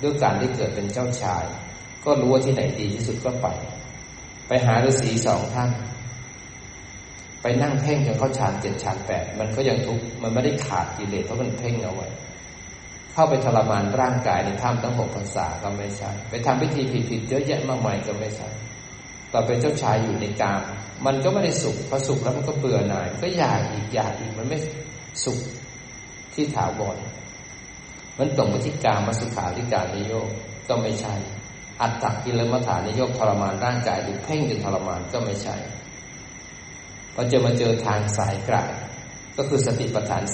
ด้วยการที่เกิดเป็นเจ้าชายก็รู้ว่าที่ไหนดีที่สุดก็ไปหาฤาษี2 ท่านไปนั่งเพ่งจนเข้าฌาน7ฌาน8มันก็ยังทุกข์มันไม่ได้ขาดกิเลสเพราะมันเพ่งเอาไว้เข้าไปทรมานร่างกายในถ้ำตั้ง6 พรรษาก็ไม่ใช่ไปทำพิธีผิดๆเยอะแยะมากมายก็ไม่ใช่เราเป็นเจ้าชายอยู่ในกามมันก็ไม่ได้สุขพอสุขแล้วมันก็เบื่อหน่ายก็อยากอีกมันไม่สุขที่ถาวรมันตรงไปที่กามสุขาริการนิโยคก็ไม่ใช่อัตตกิลมัฏฐานิโยคทรมานร่างกายหรือเพ่งจนทรมานก็ไม่ใช่พอจะมาเจอทางสายกลางก็คือสติปัฏฐาน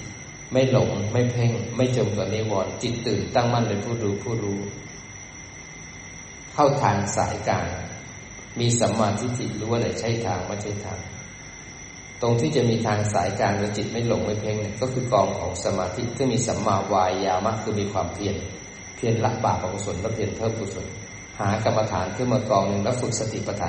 4ไม่หลงไม่เพ่งไม่จมกับนิวรณ์จิตตื่นตั้งมั่นเป็นผู้รู้เข้าทางสายกลางมีสัมมาทิฏฐิรู้ว่าไหนใช่ทางไม่ใช่ทางตรงที่จะมีทางสายกลางและจิตไม่หลงไม่เพ่งเนี่ยก็คือกองของสมาธิที่มีสัมมาวายามะคือมีความเพียรละบาปอกุศลและเพียรเพิ่มกุศลหากรรมฐานขึ้นมากองหนึ่งแล้วฝึกสติปัฏฐาน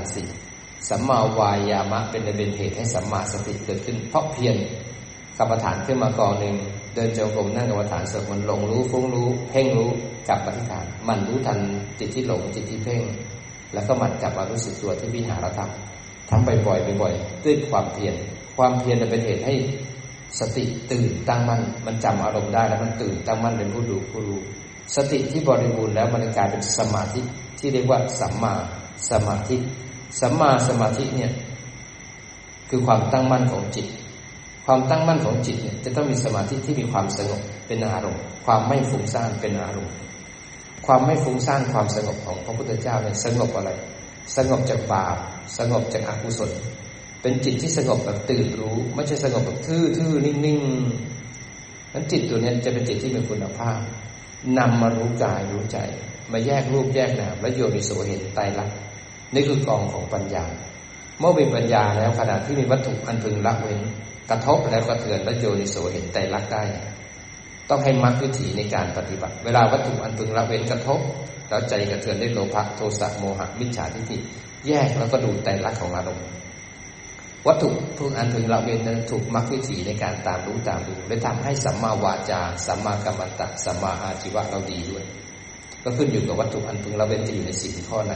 4สัมมาวายามะเป็นเหตุให้สัมมาสติเกิดขึ้นเพราะเพียรกรรมฐานขึ้นมากองหนึ่งเดินจงกรมนั่งกรรมฐานสวดมนต์หลงรู้ฟุ้งรู้เพ่งรู้กลับมาที่ฐานมันรู้ทันจิตที่หลงจิตที่เพ่งแล้วก็มันกลับมารู้สึกตัวที่วิหารธรรมทำบ่อยๆด้วยความเพียรเป็นเหตุให้สติตื่นตั้งมั่นมันจำอารมณ์ได้แล้วมันตื่นตั้งมั่นเป็นผู้รู้สติที่บริบูรณ์แล้วมันกลายเป็นสมาธิที่เรียกว่าสัมมาสมาธิสัมมาสมาธิเนี่ยคือความตั้งมั่นของจิตความตั้งมั่นของจิตเนี่ยจะต้องมีสมาธิที่มีความสงบเป็นอารมณ์ความไม่ฟุ้งซ่านเป็นอารมณ์ความไม่ฟุ้งซ่านความสงบของพระพุทธเจ้าเนี่ยสงบอะไรสงบจากบาปสงบจากอกุศลเป็นจิตที่สงบแบบตื่นรู้ไม่ใช่สงบแบบทื่อๆนิ่งๆนั้นจิตตัวนี้จะเป็นจิตที่มีคุณภาพนำมารู้กายรู้ใจมาแยกรูปแยกนามและโยนิโสเห็นไตรลักษณ์นี่คือกองของปัญญาเมื่อมีปัญญาแล้วขณะที่มีวัตถุอันพึงละเว้นกระทบแล้วกระเทือนและโยนิโสเห็นไตรลักษณ์ได้ต้องให้มรรควิถีในการปฏิบัติเวลาวัตถุอันพึงละเว้นกระทบแล้วใจกระเทือนด้วยโลภะโทสะโมหะมิจฉาทิฏฐิแยกแล้วก็ดูไตรลักษณ์ของอารมณ์วัตถุทุกอันพึงละเว้นนั้นถูกมรรควิถีในการตามรู้และทำให้สัมมาวาจาสัมมากัมมันตะสัมมาอาชีวะเราดีด้วยก็ขึ้นอยู่กับวัตถุอันพึงละเว้นจะอยู่ในศีลข้อไหน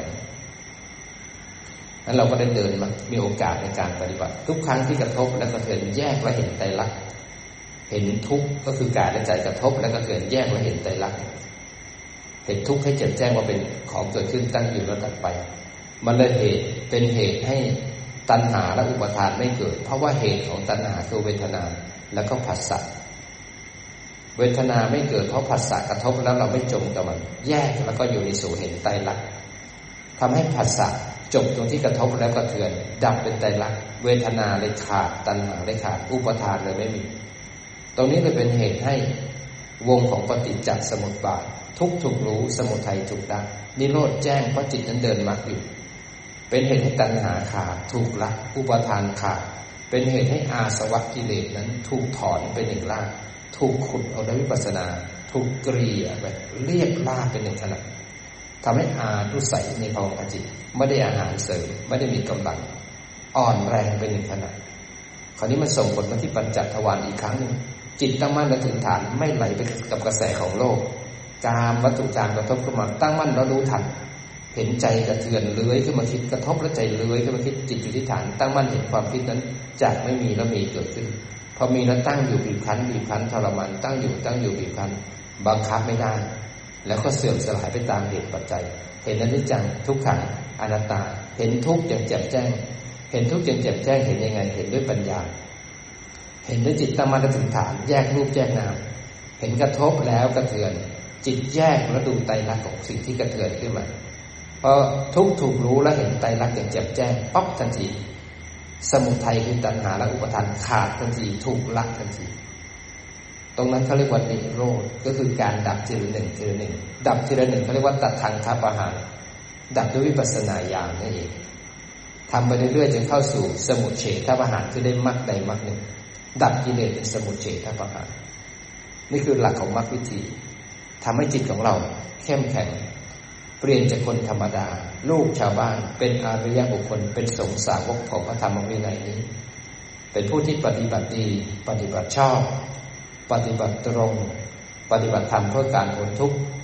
นั้นเราก็ได้เดินมามีโอกาสในการปฏิบัติทุกครั้งที่กระทบและกระเทือนแยกและเห็นไตรลักษณ์เห็นทุกข์ก็คือกายและใจกระทบและกระเทือนแยกและเห็นไตรลักษณ์เห็นทุกข์ให้แจ่มแจ้งว่าเป็นของเกิดขึ้นตั้งอยู่แล้วดับไปมันเลยเป็นเหตุให้ตัณหาและอุปทานไม่เกิดเพราะว่าเหตุของตัณหาคือเวทนาแล้วก็ผัสสะเวทนาไม่เกิดเพราะผัสสะกระทบแล้วเราไม่จมกับมันแยกแล้วก็โยนิโสเห็นไตรลักษณ์ทำให้ผัสสะจบตรงที่กระทบแล้วกระเทือนดับเป็นไตรลักษณ์เวทนาเลยขาดตัณหาเลยขาดอุปทานเลยไม่มีตรงนี้เลยเป็นเหตุให้วงของปฏิจจสมุปบาททุกข์ถูกรู้สมุทัยถูกละนิโรธแจ้งเพราะจิตนั้นเดินมรรคอยู่เป็นเหตุให้ตัณหาขาดถูกละอุปทานขาดเป็นเหตุให้อาสวะกิเลสนั้นถูกถอนเป็นหนึ่งรากถูกขุดเอาด้วยวิปัสสนาถูกเกลี่ยแบบเรียกลากเป็นหนึ่งขณะทำให้อานุสัยในภาวะจิตไม่ได้อาหารเสริมไม่ได้มีกำลังอ่อนแรงเป็นหนึ่งขณะคราวนี้มันส่งผลมาที่ปัญจทวารอีกครั้งหนึ่งจิตตั้งมั่นและถึงฐานไม่ไหลไปกับกระแสของโลกกามวัตถุจารกระทบขึ้นมาตั้งมั่นแล้วรู้ทันเห็นใจกระเทือนเลื้อยขึ้นมาคิดกระทบแล้วใจเลื้อยขึ้นมาคิดจิตอยู่ที่ฐานตั้งมั่นเห็นความคิดนั้นจากไม่มีแล้วมีเกิดขึ้นพอมีแล้วตั้งอยู่บีบคั้นทรมานตั้งอยู่บีบคั้นบังคับไม่ได้แล้วก็เสื่อมสลายไปตามเหตุปัจจัยเห็นอนิจจังทุกขังอนัตตาเห็นทุกข์อย่างแจ่มแจ้งเห็นทุกข์อย่างแจ่มแจ้งเห็นยังไงเห็นด้วยปัญญาเห็นด้วยจิตตั้งมั่นถึงฐานแยกรูปแยกนามเห็นกระทบแล้วกระเทือนจิตแยกแล้วดูไตรลักษณ์ของสิ่งที่กระเทือนขึ้นมาพอทุกข์ถูกรู้แล้วเห็นไตรลักษณ์อย่างแจ่มแจ้งปั๊บทันทีสมุทัยคือตัณหาและอุปทานขาดทันทีถูกละทันทีตรงนั้นเขาเรียกว่านิโรธก็คือการดับทีละหนึ่งดับทีละหนึ่งเขาเรียกว่าตัดทางทัพอาหารดับด้วยวิปัสสนาญาณนั่นเองทำไปเรื่อยๆจนเข้าสู่สมุจเฉทประหารคือได้มรรคใดมรรคหนึ่งดับกิเลสเป็นสมุจเฉทประหารนี่คือหลักของมรรควิธีทำให้จิตของเราเข้มแข็งเปลี่ยนจากคนธรรมดาลูกชาวบ้านเป็นอริยบุคคลเป็นสงฆ์สาวกของพระธรรมวินัยนี้เป็นผู้ที่ปฏิบัติดีปฏิบัติชอบปฏิบัติตรงปฏิบัติธรรมเพื่อการพ้นทุกข์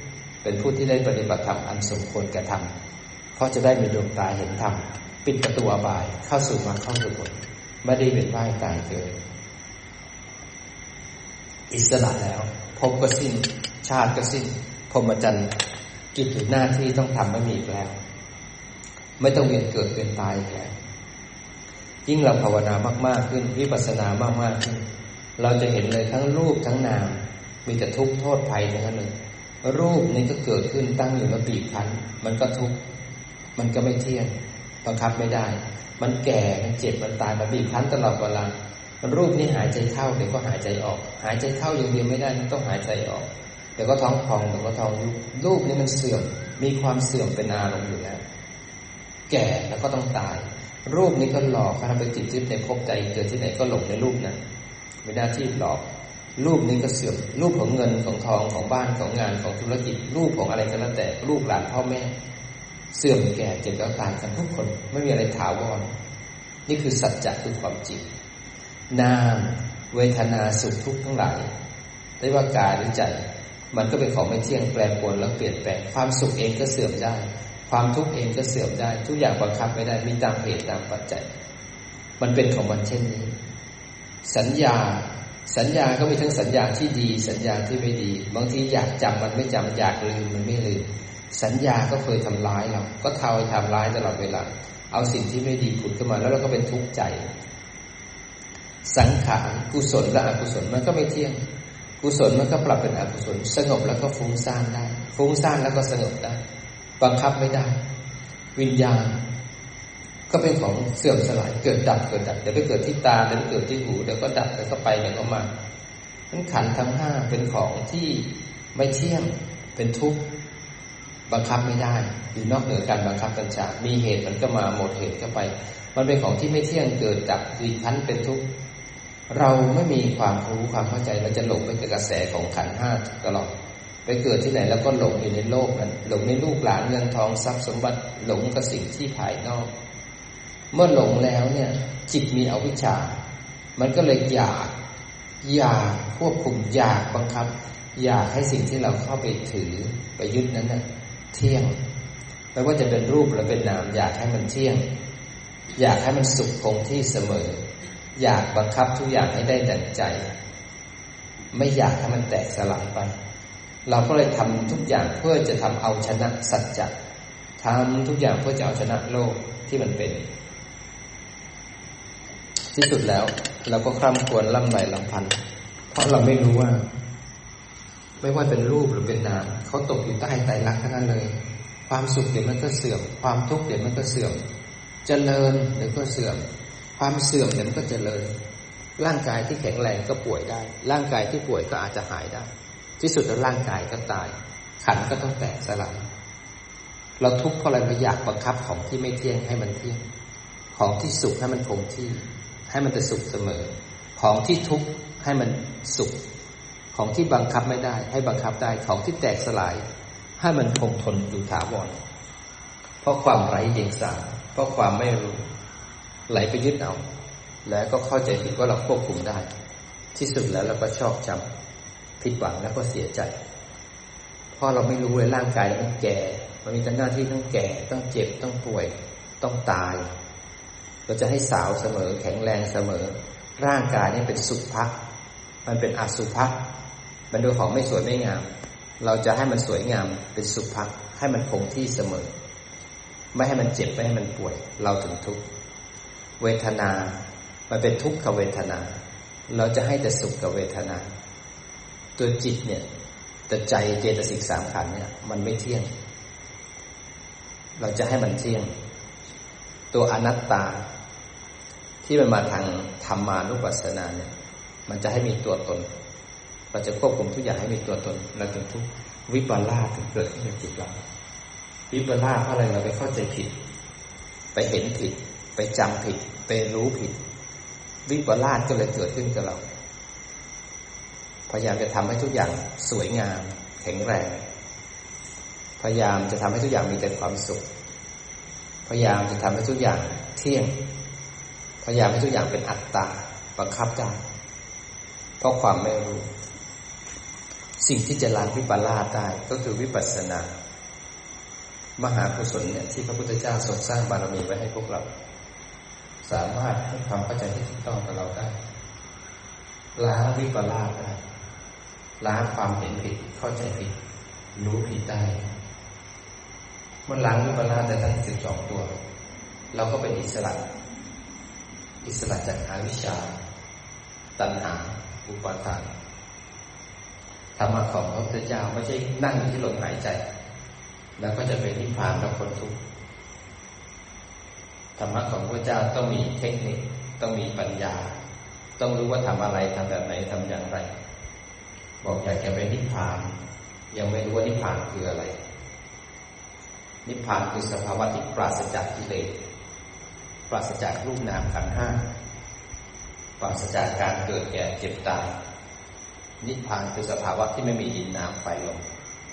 เป็นผู้ที่ได้ปฏิบัติธรรมอันสมควรแก่ธรรมเพราะจะได้มีดวงตาเห็นธรรมปิดประตูอบายเข้าสู่มรรคเข้าสู่ผลไม่ได้เวียนว่ายตายเกิดอิสระแล้วภพก็สิ้นชาติก็สิ้นพรหมจรรย์กิจหรือหน้าที่ต้องทำไม่มีอีกแล้วไม่ต้องเวียนเกิดเวียนตายอีกแล้วยิ่งเราภาวนามากๆขึ้นวิปัสสนามากๆขึ้นเราจะเห็นเลยทั้งรูปทั้งนามมีแต่ทุกข์โทษภัยทั้งนั้นเลยรูปนี้ก็เกิดขึ้นตั้งอยู่แล้วบีบคั้นมันก็ทุกข์มันก็ไม่เที่ยงบังคับไม่ได้มันแก่มันเจ็บมันตายมันบีบคั้นตลอดเวลารูปนี้หายใจเข้าเดี๋ยวก็หายใจออกหายใจเข้าอย่างเดียวไม่ได้มันต้องหายใจออกเดี๋ยวก็ท้องพองเดี๋ยวก็ท้องยุบรูปนี้มันเสื่อมมีความเสื่อมเป็นอารมณ์อยู่แล้วแก่แล้วก็ต้องตายรูปนี้ก็หลอกถ้าไปติดยึดในภพใดเกิดที่ไหนก็หลงในรูปนั้นมีหน้าที่หลอกรูปนี้ก็เสื่อมรูปของเงินของทองของบ้านของงานของธุรกิจรูปของอะไรก็แล้วแต่ลูกหลานพ่อแม่เสื่อมแก่เจ็บแล้วตายกันทุกคนไม่มีอะไรถาวรนี่คือสัจจะคือความจริงนามเวทนาสุขทุกข์ทั้งหลายไม่ว่ากายหรือใจมันก็เป็นของไม่เที่ยงแปรปรวนแล้วเปลี่ยนแปลงความสุขเองก็เสื่อมได้ความทุกข์เองก็เสื่อมได้ทุกอย่างบังคับไม่ได้มีตามเหตุตามปัจจัยมันเป็นของมันเช่นนี้สัญญาก็มีทั้งสัญญาที่ดีสัญญาที่ไม่ดีบางทีอยากจำมันไม่จำอยากลืมมันไม่ลืมสัญญาก็เคยทำร้ายเราก็ทำร้ายตลอดเวลาเอาสิ่งที่ไม่ดีผุดขึ้นมาแล้วเราก็เป็นทุกข์ใจสังขารกุศลและอกุศลมันก็ไม่เที่ยงกุศลมันก็ปรับเป็นอกุศลสงบแล้วก็ฟุ้งซ่านได้ฟุ้งซ่านแล้วก็สงบได้บังคับไม่ได้วิญญาณก็เป็นของเสื่อมสลายเกิดดับเดี๋ยวไปเกิดที่ตาเดี๋ยวไปเกิดที่หูเดี๋ยวก็ดับเดี๋ยวก็ไปเดี๋ยวก็มาทั้งขันธ์ทั้งห้าเป็นของที่ไม่เที่ยงเป็นทุกข์บังคับไม่ได้อยู่นอกเหนือการบังคับบัญชามีเหตุมันก็มาหมดเหตุก็ไปมันเป็นของที่ไม่เที่ยงเกิดดับบีบคั้นเป็นทุกข์เราไม่มีความรู้ความเข้าใจเราจะหลงไปกับกระแสของขันธ์ห้าตลอดไปเกิดที่ไหนแล้วก็หลงอยู่ในโลกนั้นหลงในลูกหลานเงินทองทรัพย์สมบัติหลงกับสิ่งที่ภายนอกเมื่อหลงแล้วเนี่ยจิตมีอวิชชามันก็เลยอยากควบคุมอยากบังคับอยากให้สิ่งที่เราเข้าไปถือไปยึดนั้นน่ะเที่ยงไม่ว่าจะเป็นรูปหรือเป็นนามอยากให้มันเที่ยงอยากให้มันสุขคงที่เสมออยากบังคับทุกอย่างให้ได้ดั่งใจไม่อยากให้มันแตกสลายไปเราก็เลยทำทุกอย่างเพื่อจะทำเอาชนะสัจจะทำทุกอย่างเพื่อจะเอาชนะโลกที่มันเป็นที่สุดแล้วเราก็คร่ำครวญล่ำไรลำพันเพราะเราไม่รู้ว่าไม่ว่าเป็นรูปหรือเป็นนามเขาตกอยู่ใต้ไตรลักษณ์ทั้งนั้นเลยความสุขเดี๋ยวมันก็เสื่อมความทุกข์เดี๋ยวมันก็เสื่อมเจริญเดี๋ยวก็เสื่อมความเสื่อมเดี๋ยวมันก็เจริญร่างกายที่แข็งแรงก็ป่วยได้ร่างกายที่ป่วยก็อาจจะหายได้ที่สุดแล้วร่างกายก็ตายขันธ์ก็ต้องแตกสลายเราทุกข์เพราะอะไรเราอยากบังคับของที่ไม่เที่ยงให้มันเที่ยงของที่สุขให้มันคงที่ให้มันจะสุขเสมอของที่ทุกข์ให้มันสุขของที่บังคับไม่ได้ให้บังคับได้ของที่แตกสลายให้มันคงทนอยู่ถาวรเพราะความไร้เดียงสาเพราะความไม่รู้ไหลไปยึดเอาแล้วก็เข้าใจผิดว่าเราควบคุมได้ที่สุดแล้วเราก็ชอกช้ำผิดหวังแล้วก็เสียใจเพราะเราไม่รู้เลยร่างกายมันแก่มันมีหน้าที่ต้องแก่ต้องเจ็บต้องป่วยต้องตายเราจะให้สาวเสมอแข็งแรงเสมอร่างกายนี่เป็นสุภะมันเป็นอสุภะมันดูของไม่สวยไม่งามเราจะให้มันสวยงามเป็นสุภะให้มันคงที่เสมอไม่ให้มันเจ็บไม่ให้มันป่วยเราถึงทุกข์เวทนามันเป็นทุกขเวทนาเราจะให้แต่สุขกับเวทนาตัวจิตเนี่ยแต่ใจเจตสิกสามขันธ์เนี่ยมันไม่เที่ยงเราจะให้มันเที่ยงตัวอนัตตาที่มันมาทางธรรมานุปัสสนาเนี่ยมันจะให้มีตัวตนเราจะควบคุมทุกอย่างให้มีตัวตนเราถึงทุกวิปลาสถึงเกิดขึ้นในจิตเราวิปลาสเพราะอะไรเราไปเข้าใจผิดไปเห็นผิดไปจำผิดไปรู้ผิดวิปลาสก็เลยเกิดขึ้นกับเราพยายามจะทำให้ทุกอย่างสวยงามแข็งแรงพยายามจะทำให้ทุกอย่างมีแต่ความสุขพยายามจะทำให้ทุกอย่างเที่ยงพยายามให้ทุกอย่างเป็นอัตตาบังคับได้เพราะความไม่รู้สิ่งที่จะล้างวิปลาสได้ก็คือวิปัสสนามหากุศลเนี่ยที่พระพุทธเจ้าทรงสร้างบารมีไว้ให้พวกเราสามารถให้ความเข้าใจที่ถูกต้องกับเราได้ล้างวิปลาสได้ล้างความเห็นผิดเข้าใจผิดรู้ผิดได้มันล้างวิปลาสได้ทั้ง12ตัวเราก็เป็นอิสระจากอวิชชาตัณหาอุปาทานธรรมะของพระพุทธเจ้าไม่ใช่นั่งอยู่ที่ลมหายใจแล้วก็จะไปนิพพานกับคนทุกข์ธรรมะของพระเจ้าต้องมีเทคนิคต้องมีปัญญาต้องรู้ว่าทำอะไรทำแบบไหนทำอย่างไรบอกอยากจะไปนิพพานยังไม่รู้ว่านิพพานคืออะไรนิพพานคือสภาวะที่ปราศจากกิเลสปราศจากรูปนามขันธ์ห้าปราศจากการเกิดแก่เจ็บตายนิพพานคือสภาวะที่ไม่มีดินน้ำไฟลม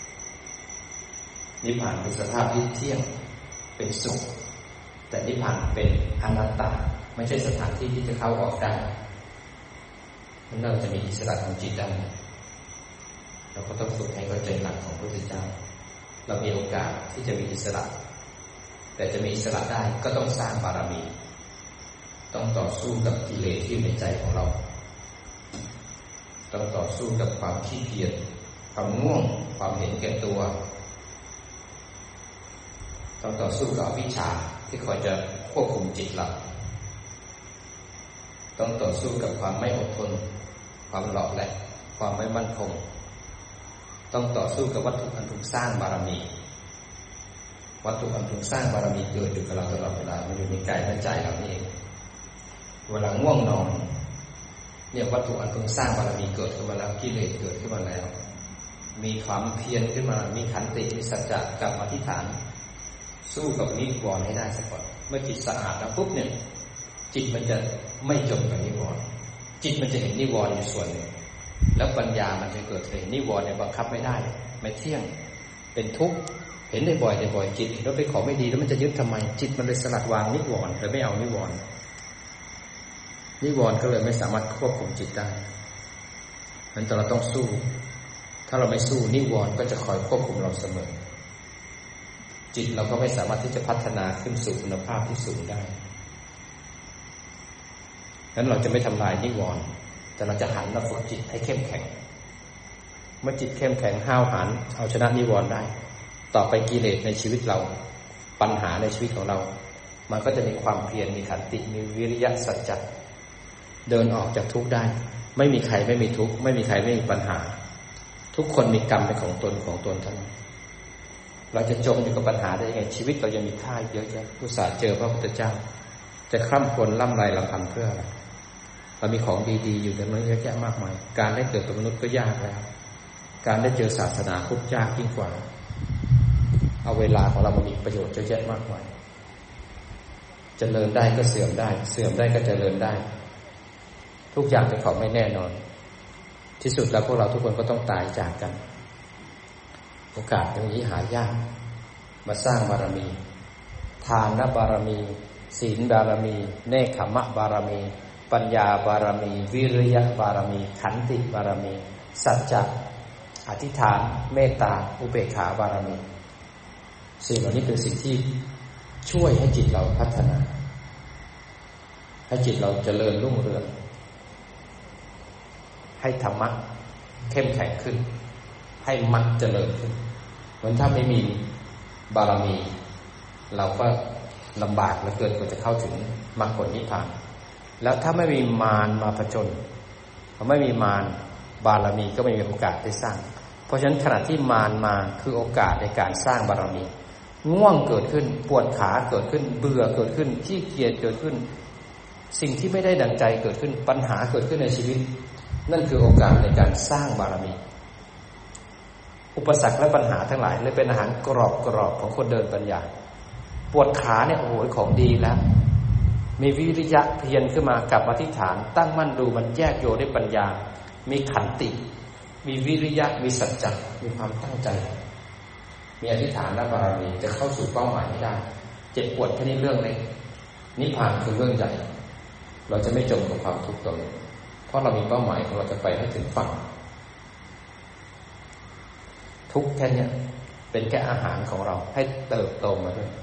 นิพพานเป็นสภาพที่เที่ยงเป็นสุขแต่นิพพานเป็นอนัตตาไม่ใช่สถานที่ที่จะเข้าออกได้เราจะมีอิสระของจิตได้เราก็ต้องฝึกให้เข้าใจหลักของพระพุทธเจ้าเรามีโอกาสที่จะมีอิสระแต่จะมีอิสระได้ก็ต้องสร้างบารมีต้องต่อสู้กับกิเลสที่ในใจของเราต้องต่อสู้กับความขี้เกียจความง่วงความเห็นแก่ตัวต้องต่อสู้กับวิชาที่คอยจะควบคุมจิตเราต้องต่อสู้กับความไม่อดทนความหลอกแหลกความไม่มั่นคงต้องต่อสู้กับวัตถุอันถูกสร้างบารมีวัตถุอันถูกสร้างบารมีเกิดอยู่กับเราตลอดเวลามันอยู่ในกายและใจเรานี่เองเวลาง่วงนอนเนี่ยวัตถุอันถูกสร้างบารมีเกิดขึ้นมาแล้วกิเลสเกิดขึ้นมาแล้วมีความเพียรขึ้นมามีขันติมีสัจจะกับอธิษฐานสู้กับนิวรณ์ให้ได้สักก่อนเมื่อจิตสะอาดแล้วปุ๊บเนี่ยจิตมันจะไม่จมกับนิวรณ์จิตมันจะเห็นนิวรณ์อยู่ส่วนหนึ่งแล้วปัญญามันจะเกิดเห็นนิวรณ์เนี่ยบังคับไม่ได้ไม่เที่ยงเป็นทุกข์เห็นได้บ่อยจิตแล้วไปขอไม่ดีแล้วมันจะยึดทำไมจิตมันเลยสลัดวางนิวรณ์เลยไม่เอานิวรณ์ก็เลยไม่สามารถควบคุมจิตได้งั้นเราต้องสู้ถ้าเราไม่สู้นิวรณ์ก็จะคอยควบคุมเราเสมอจิตเราก็ไม่สามารถที่จะพัฒนาขึ้นสู่คุณภาพที่สูงได้งั้นเราจะไม่ทำลายนิวรณ์แต่เราจะหันมาฝึกจิตให้เข้มแข็งเมื่อจิตเข้มแข็งห้าวหาญเอาชนะนิวรณ์ได้ต่อไปกิเลสในชีวิตเราปัญหาในชีวิตของเรามันก็จะมีความเพียรมีขันติมีวิริยะสัจจะเดินออกจากทุกข์ได้ไม่มีใครไม่มีทุกข์ไม่มีใครไม่มีปัญหาทุกคนมีกรรมเป็นของตนเท่านั้นเราจะจมอยู่กับปัญหาได้ยังไงชีวิตเรายังมีค่าเยอะแยะอุตส่าห์เจอพระพุทธเจ้าจะคร่ำครวญล่ำไรลำพันเพื่ออะไรเรามีของดีๆอยู่แต่มันเยอะแยะมากมายการได้เกิดเป็นมนุษย์ก็ยากแล้วการได้เจอศาสนาคุกยากยิ่งกว่าเอาเวลาของเรามามีประโยชน์เยอะแยะมากมายเจริญได้ก็เสื่อมได้เสื่อมได้ก็เจริญได้ทุกอย่างเป็นของไม่แน่นอนที่สุดแล้วพวกเราทุกคนก็ต้องตายจากกันโอกาสตรงนี้หายากมาสร้างบารมีทานบารมีศีลบารมีเนกขมะบารมีปัญญาบารมีวิริยะบารมีขันติบารมีสัจจะอธิษฐานเมตตาอุเบกขาบารมีสิ่งเหล่านี้เป็นสิ่งที่ช่วยให้จิตเราพัฒนาให้จิตเราเจริญรุ่งเรืองให้ธรรมะเข้มแข็งขึ้นให้มรรคเจริญขึ้นเหมือนถ้าไม่มีบารมีเราก็ลำบากเหลือเกินกว่าจะเข้าถึงมรรคผลนิพพานแล้วถ้าไม่มีมารมาผจญพอไม่มีมารบารมีก็ไม่มีโอกาสได้สร้างเพราะฉะนั้นขณะที่มารมาคือโอกาสในการสร้างบารมีง่วงเกิดขึ้นปวดขาเกิดขึ้นเบื่อเกิดขึ้นขี้เกียจเกิดขึ้นสิ่งที่ไม่ได้ดังใจเกิดขึ้นปัญหาเกิดขึ้นในชีวิตนั่นคือโอกาสในการสร้างบารมีอุปสรรคและปัญหาทั้งหลายเลยเป็นอาหารกรอบของคนเดินปัญญาปวดขาเนี่ยโอ้โหของดีแล้วมีวิริยะเพียรขึ้นมากลับมาที่ฐานตั้งมั่นดูมันแยกโยด้วยปัญญามีขันติมีวิริยะมีสัจจะมีความตั้งใจมีอธิษฐานและบารมีจะเข้าสู่เป้าหมายให้ได้เจ็บปวดแค่นี้เรื่องเล็กนิพพานคือเรื่องใหญ่เราจะไม่จมกับความทุกข์ตรงนี้เพราะเรามีเป้าหมายของเราจะไปให้ถึงฝั่งทุกข์แค่นี้เป็นแค่อาหารของเราให้เติบโตมาด้วย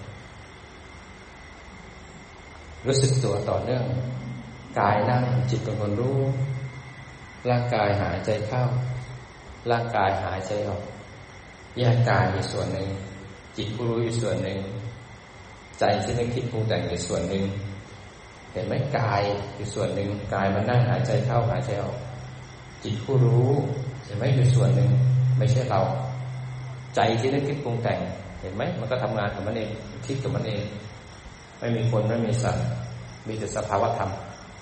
รู้สึกตัวต่อเนื่องกายนั่งจิตเป็นคนรู้ร่างกายหายใจเข้าร่างกายหายใจออกแยกกายอยู่ส่วนหนึ่งจิตผู้รู้อยู่ส่วนหนึ่งใจที่ไม่คิดปรุงแต่งอยู่ส่วนหนึ่งเห็นไหมกายอยู่ส่วนหนึ่งกายมันนั่งหายใจเข้าหายใจออกจิตผู้รู้เห็นไหมอยู่ส่วนหนึ่งไม่ใช่เราใจที่ไม่คิดปรุงแต่งเห็นไหมมันก็ทำงานของมันเองคิดกับมันเองไม่มีคนไม่มีสัตว์มีแต่สภาวะธรรม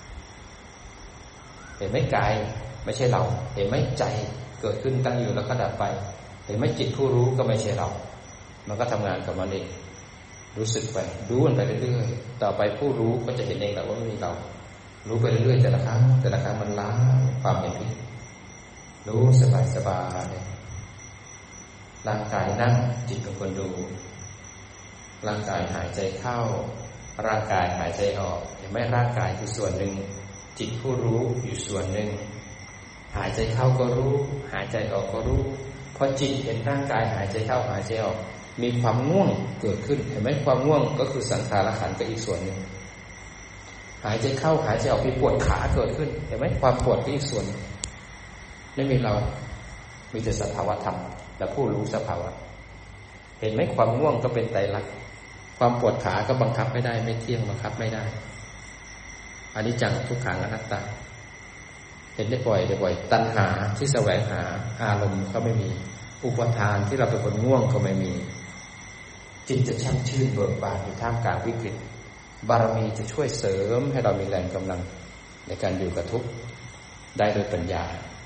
เห็นไหมกายไม่ใช่เราเห็นไหมใจเกิดขึ้นตั้งอยู่แล้วก็ดับไปเห็นไหมจิตผู้รู้ก็ไม่ใช่เรามันก็ทำงานกับมันเองรู้สึกไปรู้มันไปเรื่อยๆต่อไปผู้รู้ก็จะเห็นเองแหละว่าไม่มีเรารู้ไปเรื่อยๆแต่ละครั้งมันล้างความเห็นผิดรู้สบายๆร่างกายนั่งจิตเป็นคนดูร่างกายหายใจเข้าร่างกายหายใจออกเห็นไหมร่างกายคือส่วนหนึ่งจิตผู้รู้อยู่ส่วนหนึ่งหายใจเข้าก็รู้หายใจออกก็รู้พอจิตเห็นร่างกายหายใจเข้าหายใจออกมีความง่วงเกิดขึ้นเห็นไหมความง่วงก็คือสังขารขันธ์ก็อีกส่วนหนึ่งหายใจเข้าหายใจออกมีปวดขาเกิดขึ้นเห็นไหมความปวดก็อีกส่วนไม่มีเรามีแต่สภาวะธรรมและผู้รู้สภาวะเห็นไหมความง่วงก็เป็นไตรลักษณ์ความปวดขาก็บังคับไม่ได้ไม่เที่ยงบังคับไม่ได้อนิจจังทุกขังอนัตตาเห็นได้บ่อยตัณหาที่แสวงหาอารมณ์ก็ไม่มีอุปทานที่เราเป็นคนง่วงก็ไม่มีจิตจะช่ำชื่นเบิกบานอยู่ท่ามกลางวิกฤตบารมีจะช่วยเสริมให้เรามีแรงกำลังในการอยู่กับทุกข์ได้โดยปัญญา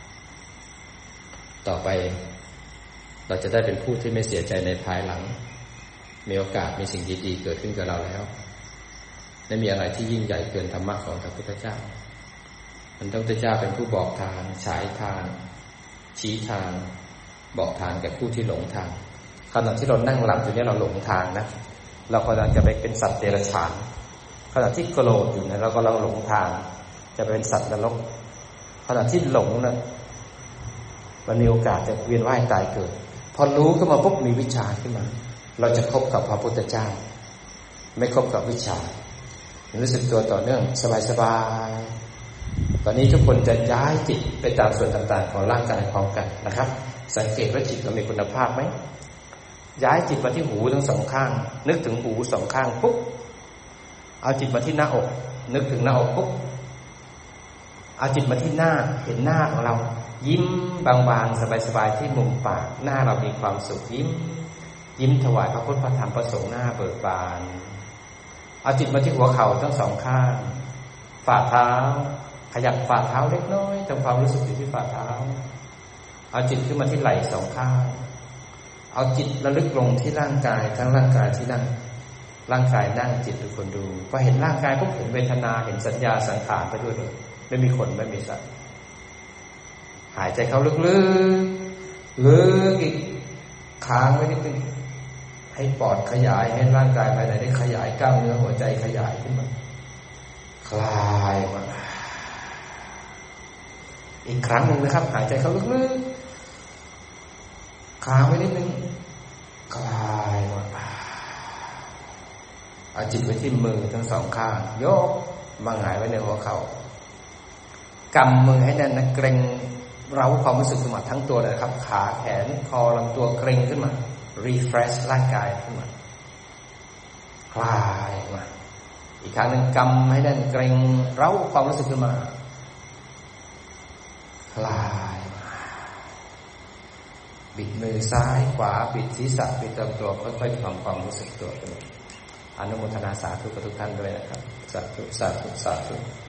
ต่อไปเราจะได้เป็นผู้ที่ไม่เสียใจในภายหลังมีโอกาสมีสิ่งดีๆเกิดขึ้นกับเราแล้วไม่มีอะไรที่ยิ่งใหญ่เกินธรรมะของพระพุทธเจ้าพระพุทธเจ้าเป็นผู้บอกทางฉายทางชี้ทางบอกทางแก่ผู้ที่หลงทางขณะที่เรานั่งหลับอยู่เนี่ยเราหลงทางนะเรากำลังจะไปเป็นสัตว์เดรัจฉานขณะที่โกรธอยู่เนี่ยเรากำลังหลงทางจะเป็นสัตว์นรกขณะที่หลงเนี่ยมันมีโอกาสจะเวียนว่ายตายเกิดพอรู้ขึ้นมาปุ๊บมีวิชาขึ้นมาเราจะคบกับพระพุทธเจ้าไม่คบกับวิชารู้สึกตัวต่อเนื่องสบายๆตอนนี้ทุกคนจะย้ายจิตไปตามส่วนต่างๆของร่างกายพร้อมกันนะครับสังเกตว่าจิตเรามีคุณภาพไหมย้ายจิตมาที่หูทั้งสองข้างนึกถึงหูสองข้างปุ๊บเอาจิตมาที่หน้าอกนึกถึงหน้าอกปุ๊บเอาจิตมาที่หน้าเห็นหน้าของเรายิ้มบางๆสบายๆที่มุมปากหน้าเรามีความสุขยิ้มถวายพระพุทธพระธรรมพระสงฆ์หน้าเบิกบานเอาจิตมาที่หัวเข่าทั้งสองข้างฝ่าเท้าขยับฝ่าเท้าเล็กน้อยทำความรู้สึกอยู่ที่ฝ่าเท้าเอาจิตขึ้นมาที่ไหล่สองข้างเอาจิตระลึกลงที่ร่างกายทั้งร่างกายที่นั่งร่างกายนั่งจิตเป็นคนดูพอเห็นร่างกายปุ๊บเห็นเวทนาเห็นสัญญาสังขารไปด้วยเลยไม่มีคนไม่มีสัตว์หายใจเข้าลึกอีกค้างไว้นิดนึงให้ปอดขยายให้ร่างกายภายในได้ขยายกล้ามเนื้อหัวใจขยายขึ้นมาคลายมาอีกครั้งหนึ่งนะครับหายใจเข้าลึกๆค้างไว้นิดนึงคลายมาเอาจิตไว้ที่มือทั้งสองข้างยกมาหงายไว้ในหัวเข่ากำมือให้แน่นนะเกร็งเร้าความรู้สึกขึ้นมาทั้งตัวเลยครับขาแขนคอลำตัวเกร็งขึ้นมา refresh ร่างกายขึ้นมาคลายมาอีกครั้งหนึ่งกำให้แน่นเกร็งเร้าความรู้สึกขึ้นมาคลายมาบิดมือซ้ายขวาบิดศีรษะบิดลำตัวค่อยๆทำความรู้สึกตัวขึ้นอนุโมทนาสาธุกับทุกท่านด้วยนะครับสาธุ